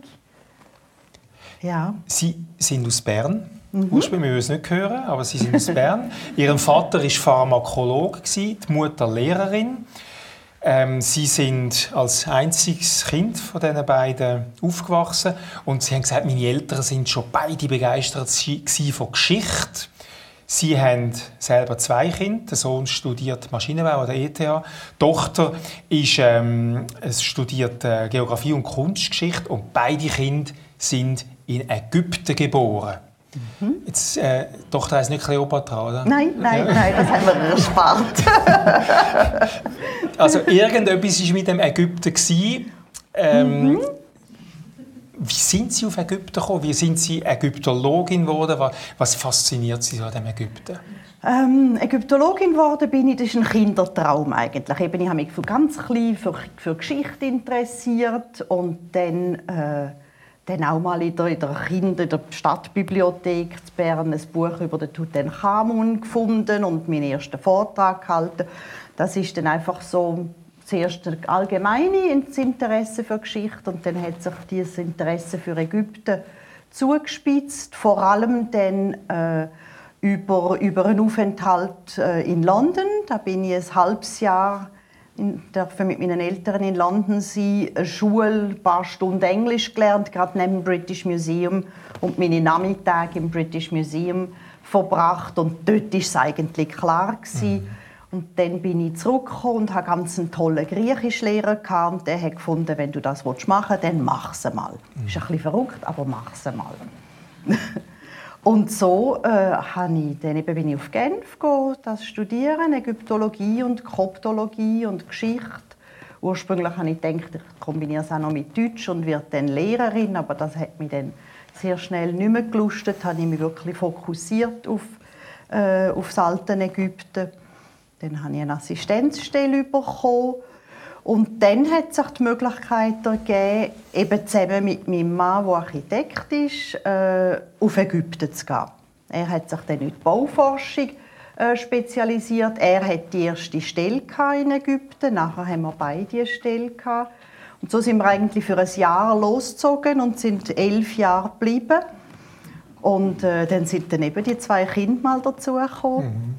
Ja. Sie sind aus Bern. Mhm. Ursprünglich, wir müssen es nicht hören, aber Sie sind aus Bern. Ihr Vater war Pharmakologe, die Mutter Lehrerin. Ähm, Sie sind als einziges Kind von diesen beiden aufgewachsen. Und Sie haben gesagt, meine Eltern sind schon beide begeistert von Geschichte. Sie haben selber zwei Kinder. Der Sohn studiert Maschinenbau an der E T H. Die Tochter ist, ähm, studiert äh, Geografie und Kunstgeschichte. Und beide Kinder sind in Ägypten geboren. Mhm. Jetzt, äh, die Tochter heisst nicht Kleopatra, oder? Nein, nein, ja. nein, das haben wir erspart. Also irgendetwas war mit dem Ägypten. Ähm, mhm. Wie sind Sie auf Ägypten gekommen? Wie sind Sie Ägyptologin geworden? Was fasziniert Sie an dem Ägypten? Ähm, Ägyptologin geworden bin ich, das ist ein Kindertraum eigentlich. Eben, ich habe mich von ganz klein für, für Geschichte interessiert und dann, äh, dann auch mal in der, in der Kinder, in der Stadtbibliothek in Bern ein Buch über den Tutanchamun gefunden und meinen ersten Vortrag gehalten. Das ist dann einfach so zuerst das allgemeine Interesse für Geschichte und dann hat sich dieses Interesse für Ägypten zugespitzt, vor allem dann äh, über, über einen Aufenthalt äh, in London. Da bin ich ein halbes Jahr in, durfte mit meinen Eltern in London sein, eine Schule, ein paar Stunden Englisch gelernt, gerade neben dem British Museum und meine Nachmittage im British Museum verbracht und dort war es eigentlich klar gewesen. Mhm. Und dann bin ich zurückgekommen und hatte ganz einen tollen Griechischlehrer gehabt. Und der hat gefunden, wenn du das machen willst, dann mach es mal. Mhm. Ist ein bisschen verrückt, aber mach es mal. Und so äh, ich, dann eben bin ich auf Genf gegangen, das studieren, Ägyptologie und Koptologie und Geschichte. Ursprünglich habe ich gedacht, ich kombiniere es auch noch mit Deutsch und werde dann Lehrerin, aber das hat mich dann sehr schnell nicht mehr gelustet. Da habe ich mich wirklich fokussiert auf, äh, auf das alte Ägypten. Dann habe ich eine Assistenzstelle bekommen. Und dann hat sich die Möglichkeit ergeben, eben zusammen mit meinem Mann, der Architekt ist, äh, auf Ägypten zu gehen. Er hat sich dann in die Bauforschung äh, spezialisiert. Er hatte die erste Stelle in Ägypten. Nachher haben wir beide eine Stelle gehabt. Und so sind wir eigentlich für ein Jahr losgezogen und sind elf Jahre geblieben. Und äh, dann sind dann eben die zwei Kinder mal dazugekommen. Mhm.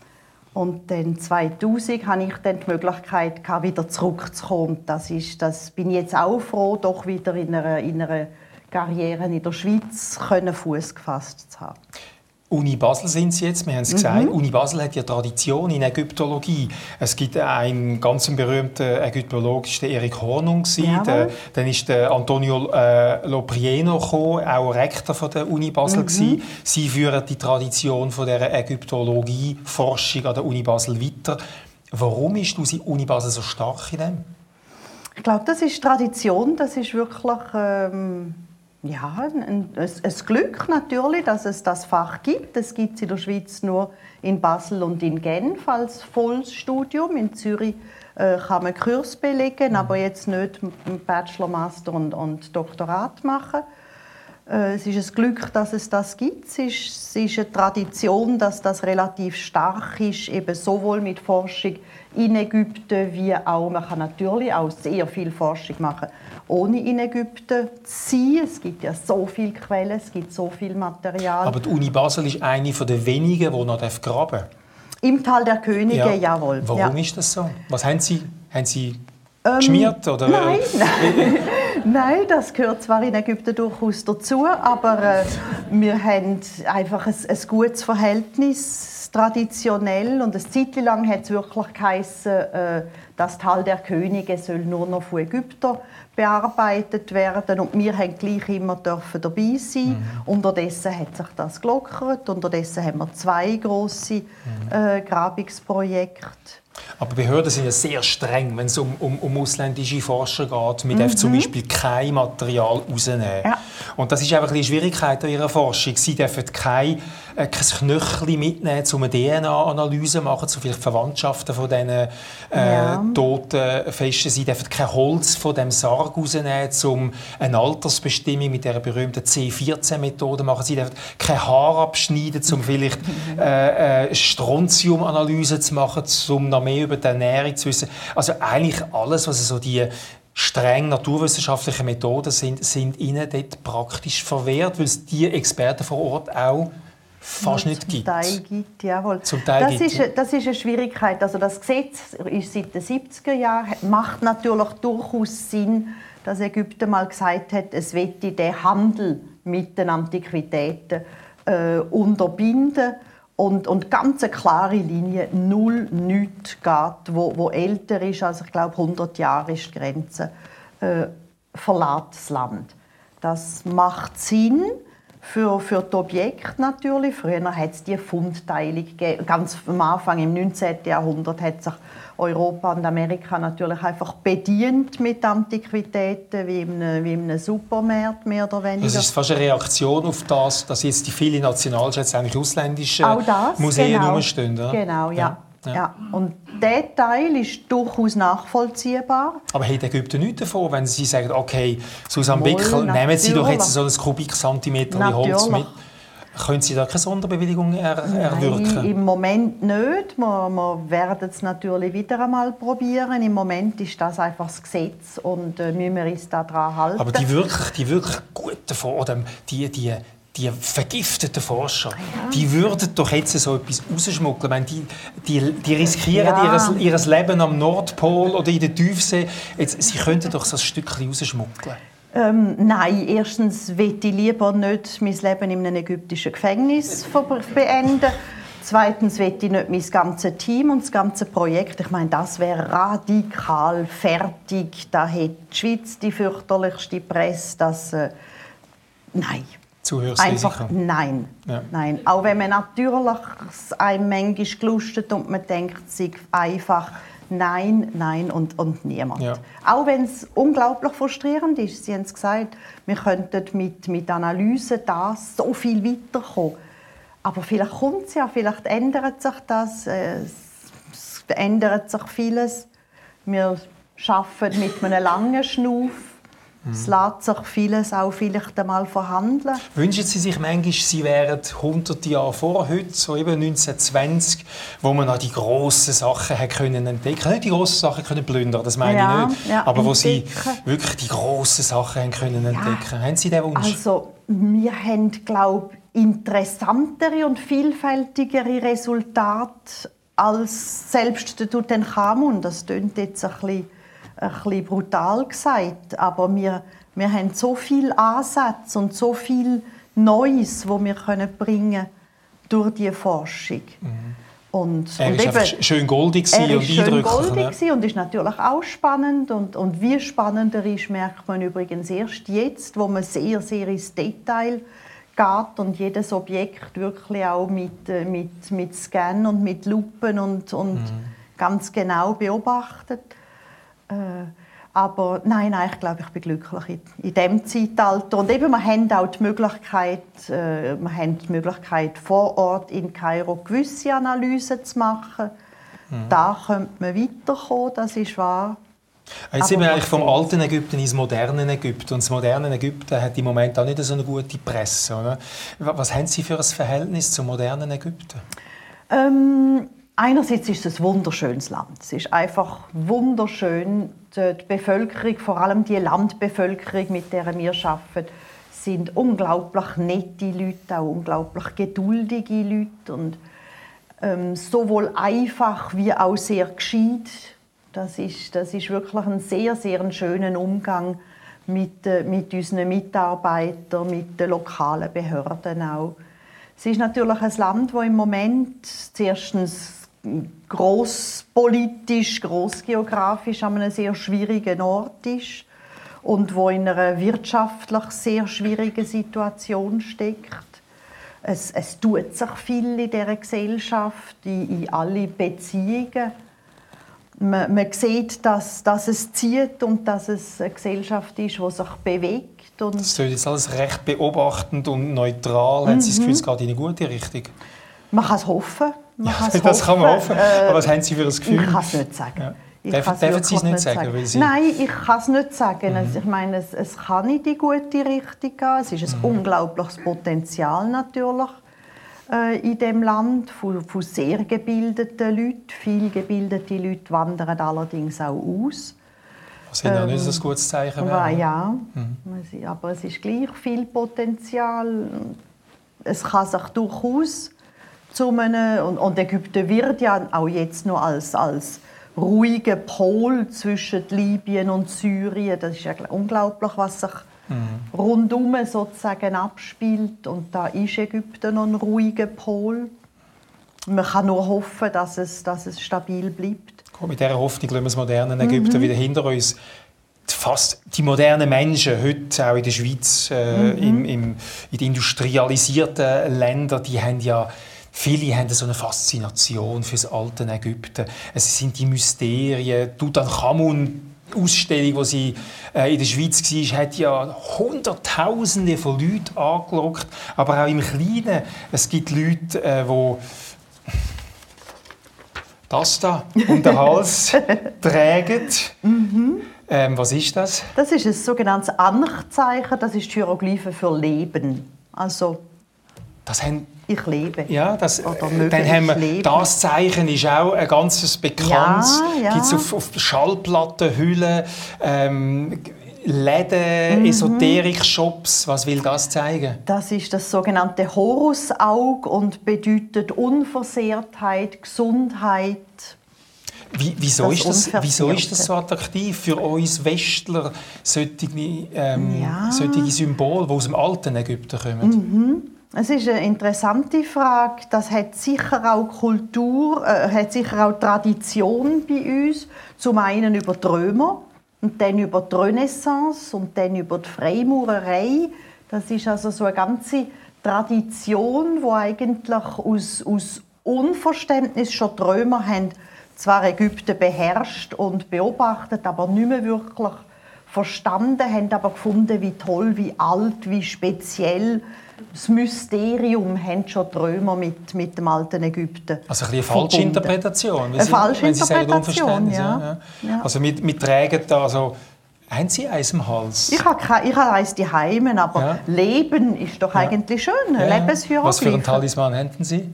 Und dann zweitausend hatte ich dann die Möglichkeit, wieder zurückzukommen. Das, ist, das bin ich jetzt auch froh, doch wieder in einer, in einer Karriere in der Schweiz Fuß gefasst zu haben. Uni Basel sind Sie jetzt, wir haben es mhm. gesagt. Uni Basel hat ja Tradition in Ägyptologie. Es gibt einen ganz berühmten Ägyptologen, der Erich Hornung. Ja. Der, dann ist der Antonio äh, Loprieno gekommen, auch Rektor von der Uni Basel. Mhm. Sie führen die Tradition von der Ägyptologie-Forschung an der Uni Basel weiter. Warum ist die Uni Basel so stark in dem? Ich glaube, das ist Tradition. Das ist wirklich ähm Ja, ein, ein, ein Glück natürlich, dass es das Fach gibt. Es gibt es in der Schweiz nur in Basel und in Genf als volles Studium. In Zürich äh, kann man Kurs belegen, aber jetzt nicht mit Bachelor, Master und, und Doktorat machen. Äh, es ist ein Glück, dass es das gibt. Es ist, es ist eine Tradition, dass das relativ stark ist, eben sowohl mit Forschung in Ägypten wie auch, man kann natürlich auch sehr viel Forschung machen, ohne in Ägypten zu sein. Es gibt ja so viele Quellen, es gibt so viel Material. Aber die Uni Basel ist eine der wenigen, die noch graben darf. Im Tal der Könige, ja. Jawohl. Warum ja. ist das so? Was haben Sie, haben Sie ähm, geschmiert? Oder? Nein, nein. Nein, das gehört zwar in Ägypten durchaus dazu, aber äh, wir haben einfach ein, ein gutes Verhältnis, traditionell. Und eine Zeit lang hat es wirklich geheissen, äh, das Tal der Könige soll nur noch von Ägyptern bearbeitet werden. Und wir haben gleich immer dürfen dabei sein. Mhm. Unterdessen hat sich das gelockert. Unterdessen haben wir zwei grosse äh, Grabungsprojekte. Aber Behörden sind ja sehr streng, wenn es um, um, um ausländische Forscher geht. Man darf Mhm. zum Beispiel kein Material rausnehmen. Ja. Und das ist einfach eine Schwierigkeit an ihrer Forschung. Sie dürfen kein, äh, kein Knöchel mitnehmen, um eine D N A-Analyse zu machen, so vielleicht Verwandtschaften von diesen äh, Ja. Toten feststellen. Sie dürfen kein Holz von dem Sarg rausnehmen, um eine Altersbestimmung mit der berühmten C vierzehn Methode zu machen. Sie dürfen kein Haar abschneiden, um vielleicht äh, äh, Strontium-Analyse zu machen, um noch mehr über die Ernährung zu wissen. Also eigentlich alles, was so die streng naturwissenschaftlichen Methoden sind, sind ihnen dort praktisch verwehrt, weil es die Experten vor Ort auch fast nicht zum gibt. Teil gibt, jawohl. Zum Teil das, gibt, ist, das ist eine Schwierigkeit. Also das Gesetz ist seit den siebziger Jahren, macht natürlich durchaus Sinn, dass Ägypten mal gesagt hat, es wette den Handel mit den Antiquitäten äh, unterbinden. Und, und ganz eine klare Linie, null, nichts geht, wo, wo älter ist, also ich glaube hundert Jahre ist die Grenze, äh, verlässt das Land. Das macht Sinn für, für die Objekte natürlich. Früher hat es die Fundteilung gegeben. Ganz am Anfang, im neunzehnten Jahrhundert, hat sich Europa und Amerika natürlich einfach bedient mit Antiquitäten, wie in einem, wie in einem Supermarkt, mehr oder weniger. Das ist fast eine Reaktion auf das, dass jetzt die vielen Nationalschätze eigentlich ausländische Auch das, Museen genau. rumstehen. Oder? Genau, ja. Ja. Ja. Ja. Und dieser Teil ist durchaus nachvollziehbar. Aber hat Ägypten nichts davon, wenn Sie sagen, okay, Susanne Wohl, Bickel, nehmen Sie doch jetzt natürlich. so ein Kubikzentimeter Holz mit. Können Sie da keine Sonderbewilligung er erwirken? Nein, im Moment nicht. Wir, wir werden es natürlich wieder einmal probieren. Im Moment ist das einfach das Gesetz und äh, müssen wir uns daran halten. Aber die wirklich, die wirklich guten Forscher, die, die, die vergifteten Forscher, ja. die würden doch jetzt so etwas rausschmuggeln. Ich meine, die, die, die riskieren Ja. ihr, ihr Leben am Nordpol oder in der Tiefsee. Jetzt, sie könnten doch so ein Stückchen rausschmuggeln. Ähm, nein, erstens will ich lieber nicht mein Leben in einem ägyptischen Gefängnis beenden. Zweitens will ich nicht mein ganzes Team und das ganze Projekt. Ich meine, das wäre radikal fertig. Da hat die Schweiz die fürchterlichste Presse. Das, äh, nein. Zuhörsrisiko. Einfach nein. Ja. Nein. Auch wenn man natürlich einem manchmal gelustet und man denkt, es sei einfach. Nein, nein und, und niemand. Ja. Auch wenn es unglaublich frustrierend ist. Sie haben es gesagt, wir könnten mit, mit Analyse das so viel weiterkommen. Aber vielleicht kommt es ja, vielleicht ändert sich das. Äh, es ändert sich vieles. Wir arbeiten mit einem langen Schnuff. Es lässt sich vieles auch vielleicht einmal verhandeln. Wünschen Sie sich manchmal, Sie wären hundert Jahre vor heute, so eben neunzehnhundertzwanzig, wo man noch die grossen Sachen hat können entdecken. Nicht die grossen Sachen können plündern, das meine Ja, ich nicht. ja, aber wo Sie entdecken. wirklich die grossen Sachen haben können entdecken. Haben Sie diesen Wunsch? Also, wir haben, glaube ich, interessantere und vielfältigere Resultate als selbst der Tutanchamun. Das klingt jetzt ein bisschen, ein bisschen brutal gesagt, aber wir, wir haben so viele Ansätze und so viel Neues, das wir können bringen durch diese Forschung. Mhm. Und, er und war einfach schön goldig und er ist schön eindrücklich. goldig ja. Und ist natürlich auch spannend. Und, und wie spannender ist, merkt man übrigens erst jetzt, wo man sehr, sehr ins Detail geht und jedes Objekt wirklich auch mit, mit, mit Scan und mit Lupen und, und mhm. ganz genau beobachtet. Äh, aber nein, nein, ich glaube, ich bin glücklich in, in diesem Zeitalter. Und eben, wir haben auch die Möglichkeit, äh, wir haben die Möglichkeit, vor Ort in Kairo gewisse Analysen zu machen. Mhm. Da könnte man weiterkommen, das ist wahr. Jetzt sind wir eigentlich vom alten Ägypten ins moderne Ägypten. Und das moderne Ägypten hat im Moment auch nicht so eine gute Presse. Oder? Was haben Sie für ein Verhältnis zum modernen Ägypten? Ähm, einerseits ist es ein wunderschönes Land. Es ist einfach wunderschön. Die Bevölkerung, vor allem die Landbevölkerung, mit der wir arbeiten, sind unglaublich nette Leute, auch unglaublich geduldige Leute. Und, ähm, sowohl einfach wie auch sehr gescheit. Das ist, das ist wirklich ein sehr, sehr schöner Umgang mit, äh, mit unseren Mitarbeitern, mit den lokalen Behörden auch. Es ist natürlich ein Land, das im Moment zuerstens grosspolitisch, grossgeografisch an einem sehr schwierigen Ort ist und wo in einer wirtschaftlich sehr schwierigen Situation steckt. Es, es tut sich viel in dieser Gesellschaft, in, in alle Beziehungen. Man, man sieht, dass, dass es zieht und dass es eine Gesellschaft ist, die sich bewegt. Und das ist jetzt alles recht beobachtend und neutral. Mhm. Haben Sie das Gefühl, es geht in eine gute Richtung? Man kann es hoffen. Man ja, das hoffen. kann man hoffen. Äh, Aber was haben Sie für ein Gefühl? Ich kann es nicht sagen. Ja. Darf, dürfen Sie es nicht sagen? sagen? Weil Sie Nein, ich kann es nicht sagen. Mhm. Also ich meine, es, es kann in die gute Richtung gehen. Es ist ein mhm. unglaubliches Potenzial natürlich äh, in diesem Land von, von sehr gebildeten Leuten. Viele gebildete Leute wandern allerdings auch aus. Was ja ähm, nicht so ein gutes Zeichen wäre. Ja, mhm. aber es ist gleich viel Potenzial. Es kann sich durchaus zu einem, und, und Ägypten wird ja auch jetzt noch als, als ruhiger Pol zwischen Libyen und Syrien. Das ist ja unglaublich, was sich mhm. rundum sozusagen abspielt. Und da ist Ägypten noch ein ruhiger Pol. Man kann nur hoffen, dass es, dass es stabil bleibt. Gut, mit dieser Hoffnung lassen wir das moderne Ägypten mhm. wieder hinter uns. Fast die modernen Menschen heute, auch in der Schweiz, äh, mhm. im, im, in den industrialisierten Ländern, die haben ja viele haben so eine Faszination für das alte Ägypten. Es sind die Mysterien. Tutanchamun-Ausstellung, die sie äh, in der Schweiz war, hat ja Hunderttausende von Leuten angelockt. Aber auch im Kleinen. Es gibt Leute, äh, die das da um den Hals tragen. Mhm. Ähm, was ist das? Das ist ein sogenanntes Anchzeichen. Das ist die Hieroglyphe für Leben. Also das haben ich lebe. Ja, das, dann haben wir, das Zeichen ist auch ein ganz bekanntes. Ja, ja. Gibt es auf, auf Schallplatten, Hüllen, ähm, Läden, mhm. Esoterik-Shops. Was will das zeigen? Das ist das sogenannte Horusauge und bedeutet Unversehrtheit, Gesundheit. Wie, wieso, ist das, wieso ist das so attraktiv für uns Westler, solche, ähm, ja. solche Symbole, die aus dem alten Ägypten kommen? Mhm. Es ist eine interessante Frage. Das hat sicher auch Kultur, äh, hat sicher auch Tradition bei uns. Zum einen über die Römer und dann über die Renaissance und dann über die Freimaurerei. Das ist also so eine ganze Tradition, die eigentlich aus, aus Unverständnis schon die Römer haben zwar Ägypten beherrscht und beobachtet, aber nicht mehr wirklich verstanden, haben aber gefunden, wie toll, wie alt, wie speziell. Das Mysterium haben schon die Römer mit, mit dem alten Ägypten. Also ein bisschen eine falsche Interpretation. Eine falsche Interpretation, ja. ja. ja. Also wir, wir tragen da also... Haben Sie eins im Hals? Ich habe, ich habe eins daheim, aber ja. Leben ist doch ja. eigentlich schön. Ja. Lebenshieroglyphen. Was für einen Talisman haben Sie?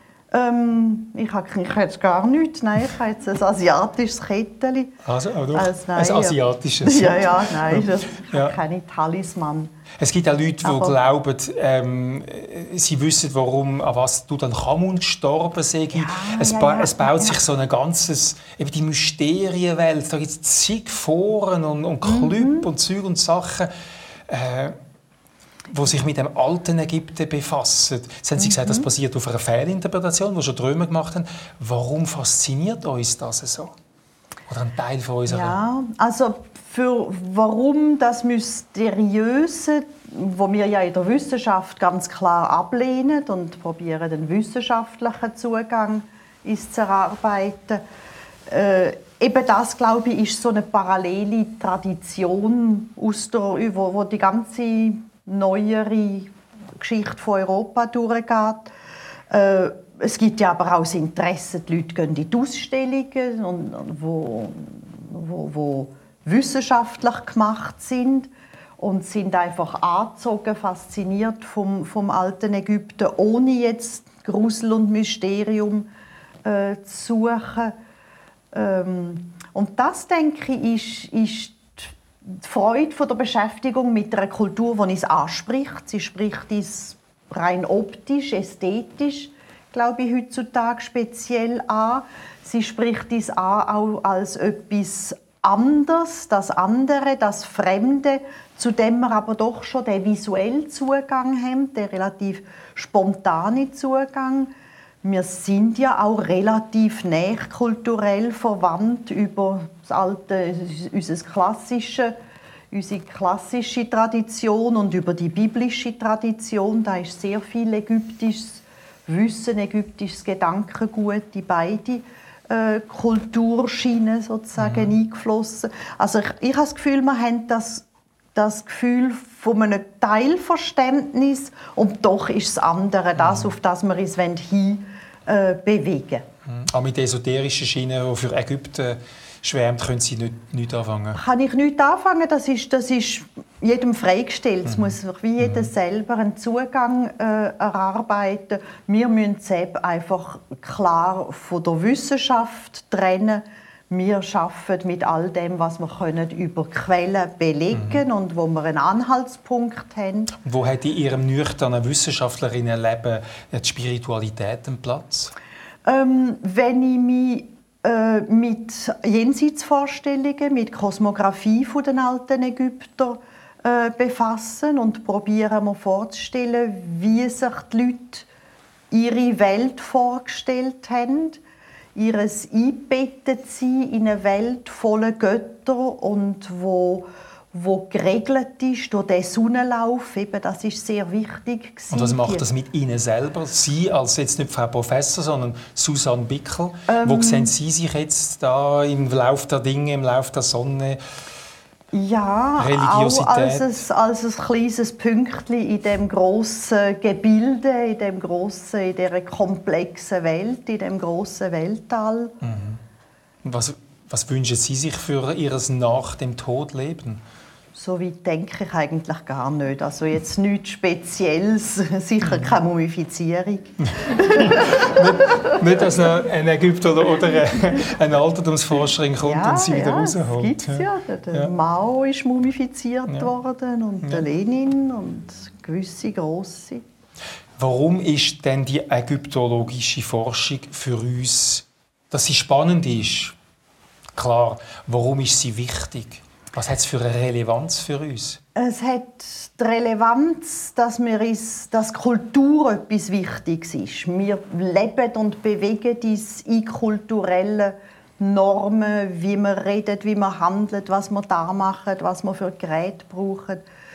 Ähm, ich habe ich jetzt gar nichts. Nein, ich habe jetzt ein asiatisches Kettchen. Also, oh doch, also, nein, ein asiatisches? Ja, ja, nein, das ist ja. keine Talisman. Es gibt auch Leute, die Aber glauben, ähm, sie wissen, warum, an was Tutanchamun gestorben sei. Ja, es, ja, ba- ja, es baut ja. sich so ein ganzes, eben die Mysterienwelt. Da gibt es zig Foren und, und Club mhm. und Zeug und Sachen. Äh, die sich mit dem alten Ägypten befassen. Jetzt haben Sie gesagt, das basiert auf einer Fehlinterpretation, die schon die Römer gemacht haben. Warum fasziniert uns das so? Oder ein Teil von unserer... Ja, also für warum das Mysteriöse, wo wir ja in der Wissenschaft ganz klar ablehnen und probieren, den wissenschaftlichen Zugang ist zu erarbeiten, äh, eben das, glaube ich, ist so eine parallele Tradition, aus der, wo, wo die ganze neuere Geschichte von Europa durchgeht. Äh, es gibt ja aber auch das Interesse, die Leute gehen in die Ausstellungen, und, und wo, wo, wo wissenschaftlich gemacht sind und sind einfach angezogen, fasziniert vom, vom alten Ägypten, ohne jetzt Grusel und Mysterium äh, zu suchen. Ähm, und das, denke ich, ist, ist die Freude von der Beschäftigung mit einer Kultur, die uns anspricht. Sie spricht uns rein optisch, ästhetisch, glaube ich, heutzutage speziell an. Sie spricht uns an auch als etwas anderes, das andere, das Fremde, zu dem wir aber doch schon den visuellen Zugang haben, den relativ spontane Zugang. Wir sind ja auch relativ nah kulturell verwandt über das alte, unser klassische, unsere klassische Tradition und über die biblische Tradition. Da ist sehr viel ägyptisches Wissen, ägyptisches Gedankengut in beide äh, Kulturschiene sozusagen mhm. eingeflossen. Also ich, ich habe das Gefühl, wir haben das, das Gefühl von einem Teilverständnis und doch ist das andere das, mhm. auf das wir uns hin äh, bewegen. Mhm. Auch mit esoterischen Schienen, die für Ägypten schwärmt, können Sie nicht, nicht anfangen? Kann ich nicht anfangen. Das ist, das ist jedem freigestellt. Es mhm. muss wie jeder mhm. selber einen Zugang äh, erarbeiten. Wir müssen es einfach klar von der Wissenschaft trennen. Wir arbeiten mit all dem, was wir können, über Quellen belegen mhm. und wo wir einen Anhaltspunkt haben. Wo hat in Ihrem nüchternen Wissenschaftlerinnenleben die Spiritualität einen Platz? Ähm, wenn ich mich äh, mit Jenseitsvorstellungen, mit Kosmographie der alten Ägypter äh, befassen und probieren mir vorzustellen, wie sich die Leute ihre Welt vorgestellt haben, ihres Einbettetsein in eine Welt voller Götter und wo wo geregelt ist durch den Sonnenlauf. Eben, das ist sehr wichtig. Und was macht das mit Ihnen selber? Sie als jetzt nicht Frau Professor, sondern Susanne Bickel. Ähm, wo sehen Sie sich jetzt da im Lauf der Dinge, im Lauf der Sonne? Ja, Religiosität? auch als ein, als ein kleines Pünktchen in dem grossen Gebilde, in dem grossen, in dieser komplexen Welt, in dem grossen Weltall. Mhm. Was, was wünschen Sie sich für Ihr nach dem Tod Leben? So weit denke ich eigentlich gar nicht. Also jetzt nichts Spezielles, sicher keine Mumifizierung. nicht, nicht, dass ein Ägypter oder eine Altertumsforscherin kommt ja, und sie wieder ja, rausholt. Das gibt es ja. Der ja. Mao ist mumifiziert ja. worden und ja. der Lenin und gewisse Grosse. Warum ist denn die ägyptologische Forschung für uns, dass sie spannend ist? Klar, warum ist sie wichtig? Was hat es für eine Relevanz für uns? Es hat die Relevanz, dass, wir uns, dass Kultur etwas Wichtiges ist. Wir leben und bewegen uns in kulturellen Normen, wie wir reden, wie wir handeln, was wir da machen, was wir für Geräte brauchen.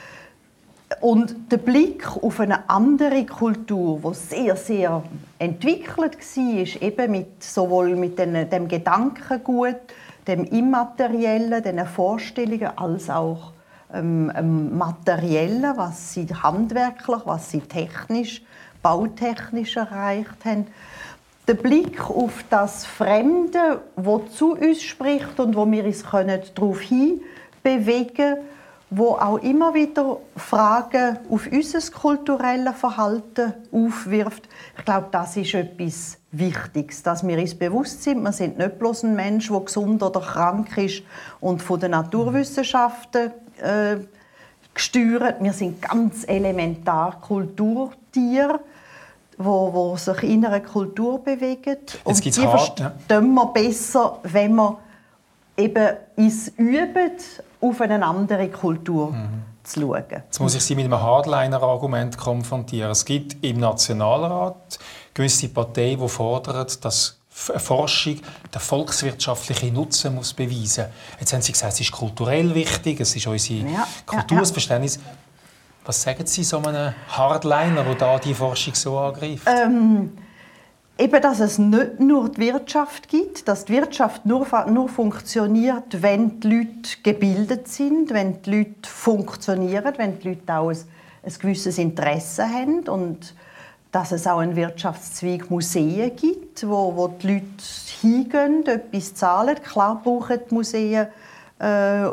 Und der Blick auf eine andere Kultur, die sehr, sehr entwickelt war, eben mit, sowohl mit den, dem Gedankengut, dem Immateriellen, den Vorstellungen, als auch ähm, ähm, Materiellen, was sie handwerklich, was sie technisch, bautechnisch erreicht haben. Der Blick auf das Fremde, das zu uns spricht und wo wir uns darauf hinbewegen können, wo auch immer wieder Fragen auf unser kulturelles Verhalten aufwirft. Ich glaube, das ist etwas Wichtiges, dass wir uns bewusst sind, wir sind nicht bloß ein Mensch, der gesund oder krank ist und von den Naturwissenschaften äh, gesteuert. Wir sind ganz elementar Kulturtiere, wo, wo sich in einer Kultur bewegen. Und die verstehen ja. wir besser, wenn wir eben uns üben, auf eine andere Kultur mhm. zu schauen. Jetzt muss ich Sie mit einem Hardliner-Argument konfrontieren. Es gibt im Nationalrat gewisse Parteien, die fordern, dass Forschung den volkswirtschaftlichen Nutzen muss beweisen muss. Jetzt haben Sie gesagt, es ist kulturell wichtig, es ist unser ja, Kulturverständnis. Ja, ja. Was sagen Sie so einem Hardliner, der da die Forschung so angreift? Ähm, eben, dass es nicht nur die Wirtschaft gibt, dass die Wirtschaft nur, nur funktioniert, wenn die Leute gebildet sind, wenn die Leute funktionieren, wenn die Leute auch ein, ein gewisses Interesse haben und dass es auch einen Wirtschaftszweig Museen gibt, wo, wo die Leute hingehen, etwas zahlen. Klar brauchen die Museen äh,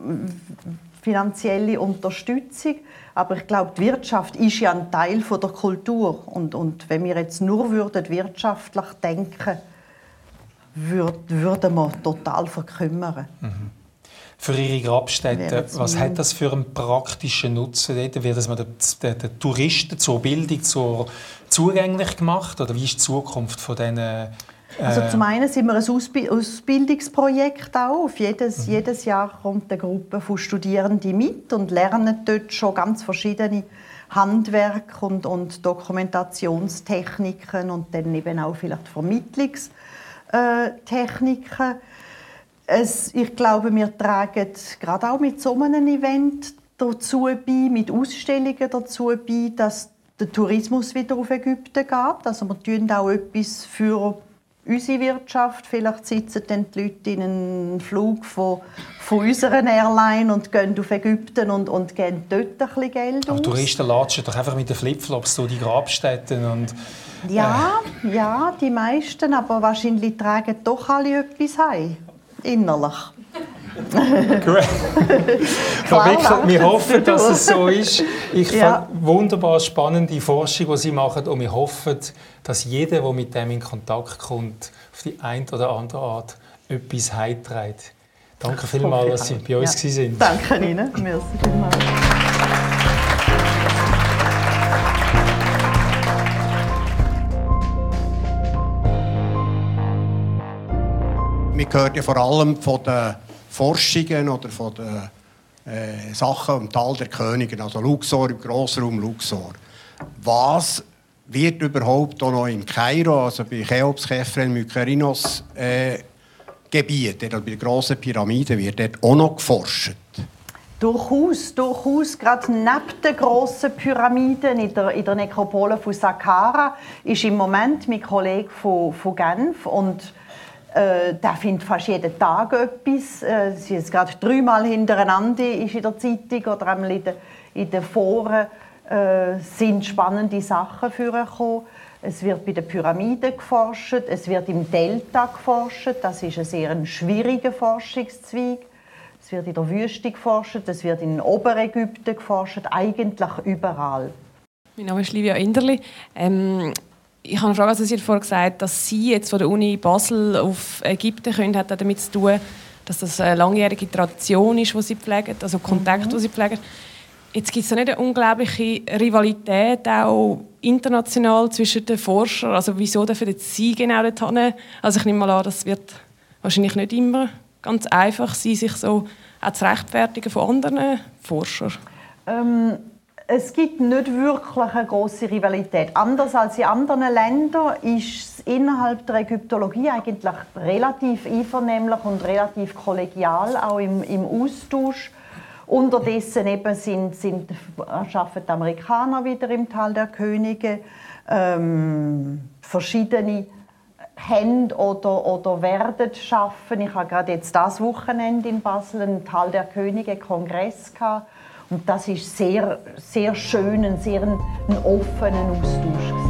finanzielle Unterstützung, aber ich glaube, die Wirtschaft ist ja ein Teil von der Kultur und, und wenn wir jetzt nur würden wirtschaftlich denken, würd, würden wir total verkümmern. Mhm. Für Ihre Grabstätte, was hat das für einen praktischen Nutzen? Wird das den, den, den Touristen zur Bildung zur, zugänglich gemacht? Oder wie ist die Zukunft von diesen äh Also zum einen sind wir ein Ausbi- Ausbildungsprojekt auch. Auf jedes, mhm. jedes Jahr kommt eine Gruppe von Studierenden mit und lernen dort schon ganz verschiedene Handwerk und, und Dokumentationstechniken und dann eben auch vielleicht Vermittlungstechniken. Es, ich glaube, wir tragen gerade auch mit so einem Event dazu bei, mit Ausstellungen dazu bei, dass der Tourismus wieder auf Ägypten geht. Also wir tun auch etwas für unsere Wirtschaft. Vielleicht sitzen dann die Leute in einem Flug von, von unserer Airline und gehen auf Ägypten und, und geben dort ein bisschen Geld aus. Aber Touristen latschen doch einfach mit den Flipflops durch die Grabstätten und äh. Ja, ja, die meisten, aber wahrscheinlich tragen doch alle etwas heim, innerlich. Gut. Wir hoffen, dass es so ist. Ich ja. fand wunderbar spannende Forschung, die Sie machen, und wir hoffen, dass jeder, der mit dem in Kontakt kommt, auf die eine oder andere Art etwas heimträgt. Danke vielmals, dass Sie bei uns ja. waren. Danke Ihnen. Merci vielmals. Wir hören ja vor allem von den Forschungen oder von den äh, Sachen im Tal der Könige, also Luxor, im Grossraum Luxor. Was wird überhaupt auch noch in Kairo, also bei Cheops, Khafre, Mykerinos äh, Gebiet, bei der grossen Pyramide, wird dort auch noch geforscht? Durchaus, durchaus. Gerade neben den grossen Pyramiden in der, in der Nekropole von Saqqara ist im Moment mein Kollege von, von Genf und Äh, der findet fast jeden Tag etwas. Äh, sie ist gerade dreimal hintereinander ist in der Zeitung oder einmal in den in den Foren äh, sind spannende Sachen vorgekommen. Es wird bei den Pyramiden geforscht, es wird im Delta geforscht. Das ist ein sehr schwieriger Forschungszweig. Es wird in der Wüste geforscht, es wird in Oberägypten geforscht, eigentlich überall. Mein Name ist Livia Inderli. Ähm Ich habe eine Frage, also Sie haben vorhin gesagt, dass Sie jetzt von der Uni Basel auf Ägypten können, hat damit zu tun, dass das eine langjährige Tradition ist, die Sie pflegen, also Kontakt, mhm. die Sie pflegen. Jetzt gibt es nicht eine unglaubliche Rivalität auch international zwischen den Forschern. Also wieso dürfen jetzt Sie genau dorthin? Also ich nehme mal an, das wird wahrscheinlich nicht immer ganz einfach sein, sich so auch zu rechtfertigen von anderen Forschern. Ähm Es gibt nicht wirklich eine grosse Rivalität. Anders als in anderen Ländern ist es innerhalb der Ägyptologie eigentlich relativ einvernehmlich und relativ kollegial, auch im, im Austausch. Unterdessen eben sind, sind, arbeiten die Amerikaner wieder im Tal der Könige. Ähm, verschiedene haben oder, oder werden schaffen. Ich hatte gerade jetzt das Wochenende in Basel einen Tal der Könige Kongress gehabt. Und das ist sehr, sehr schön, ein sehr ein offener Austausch.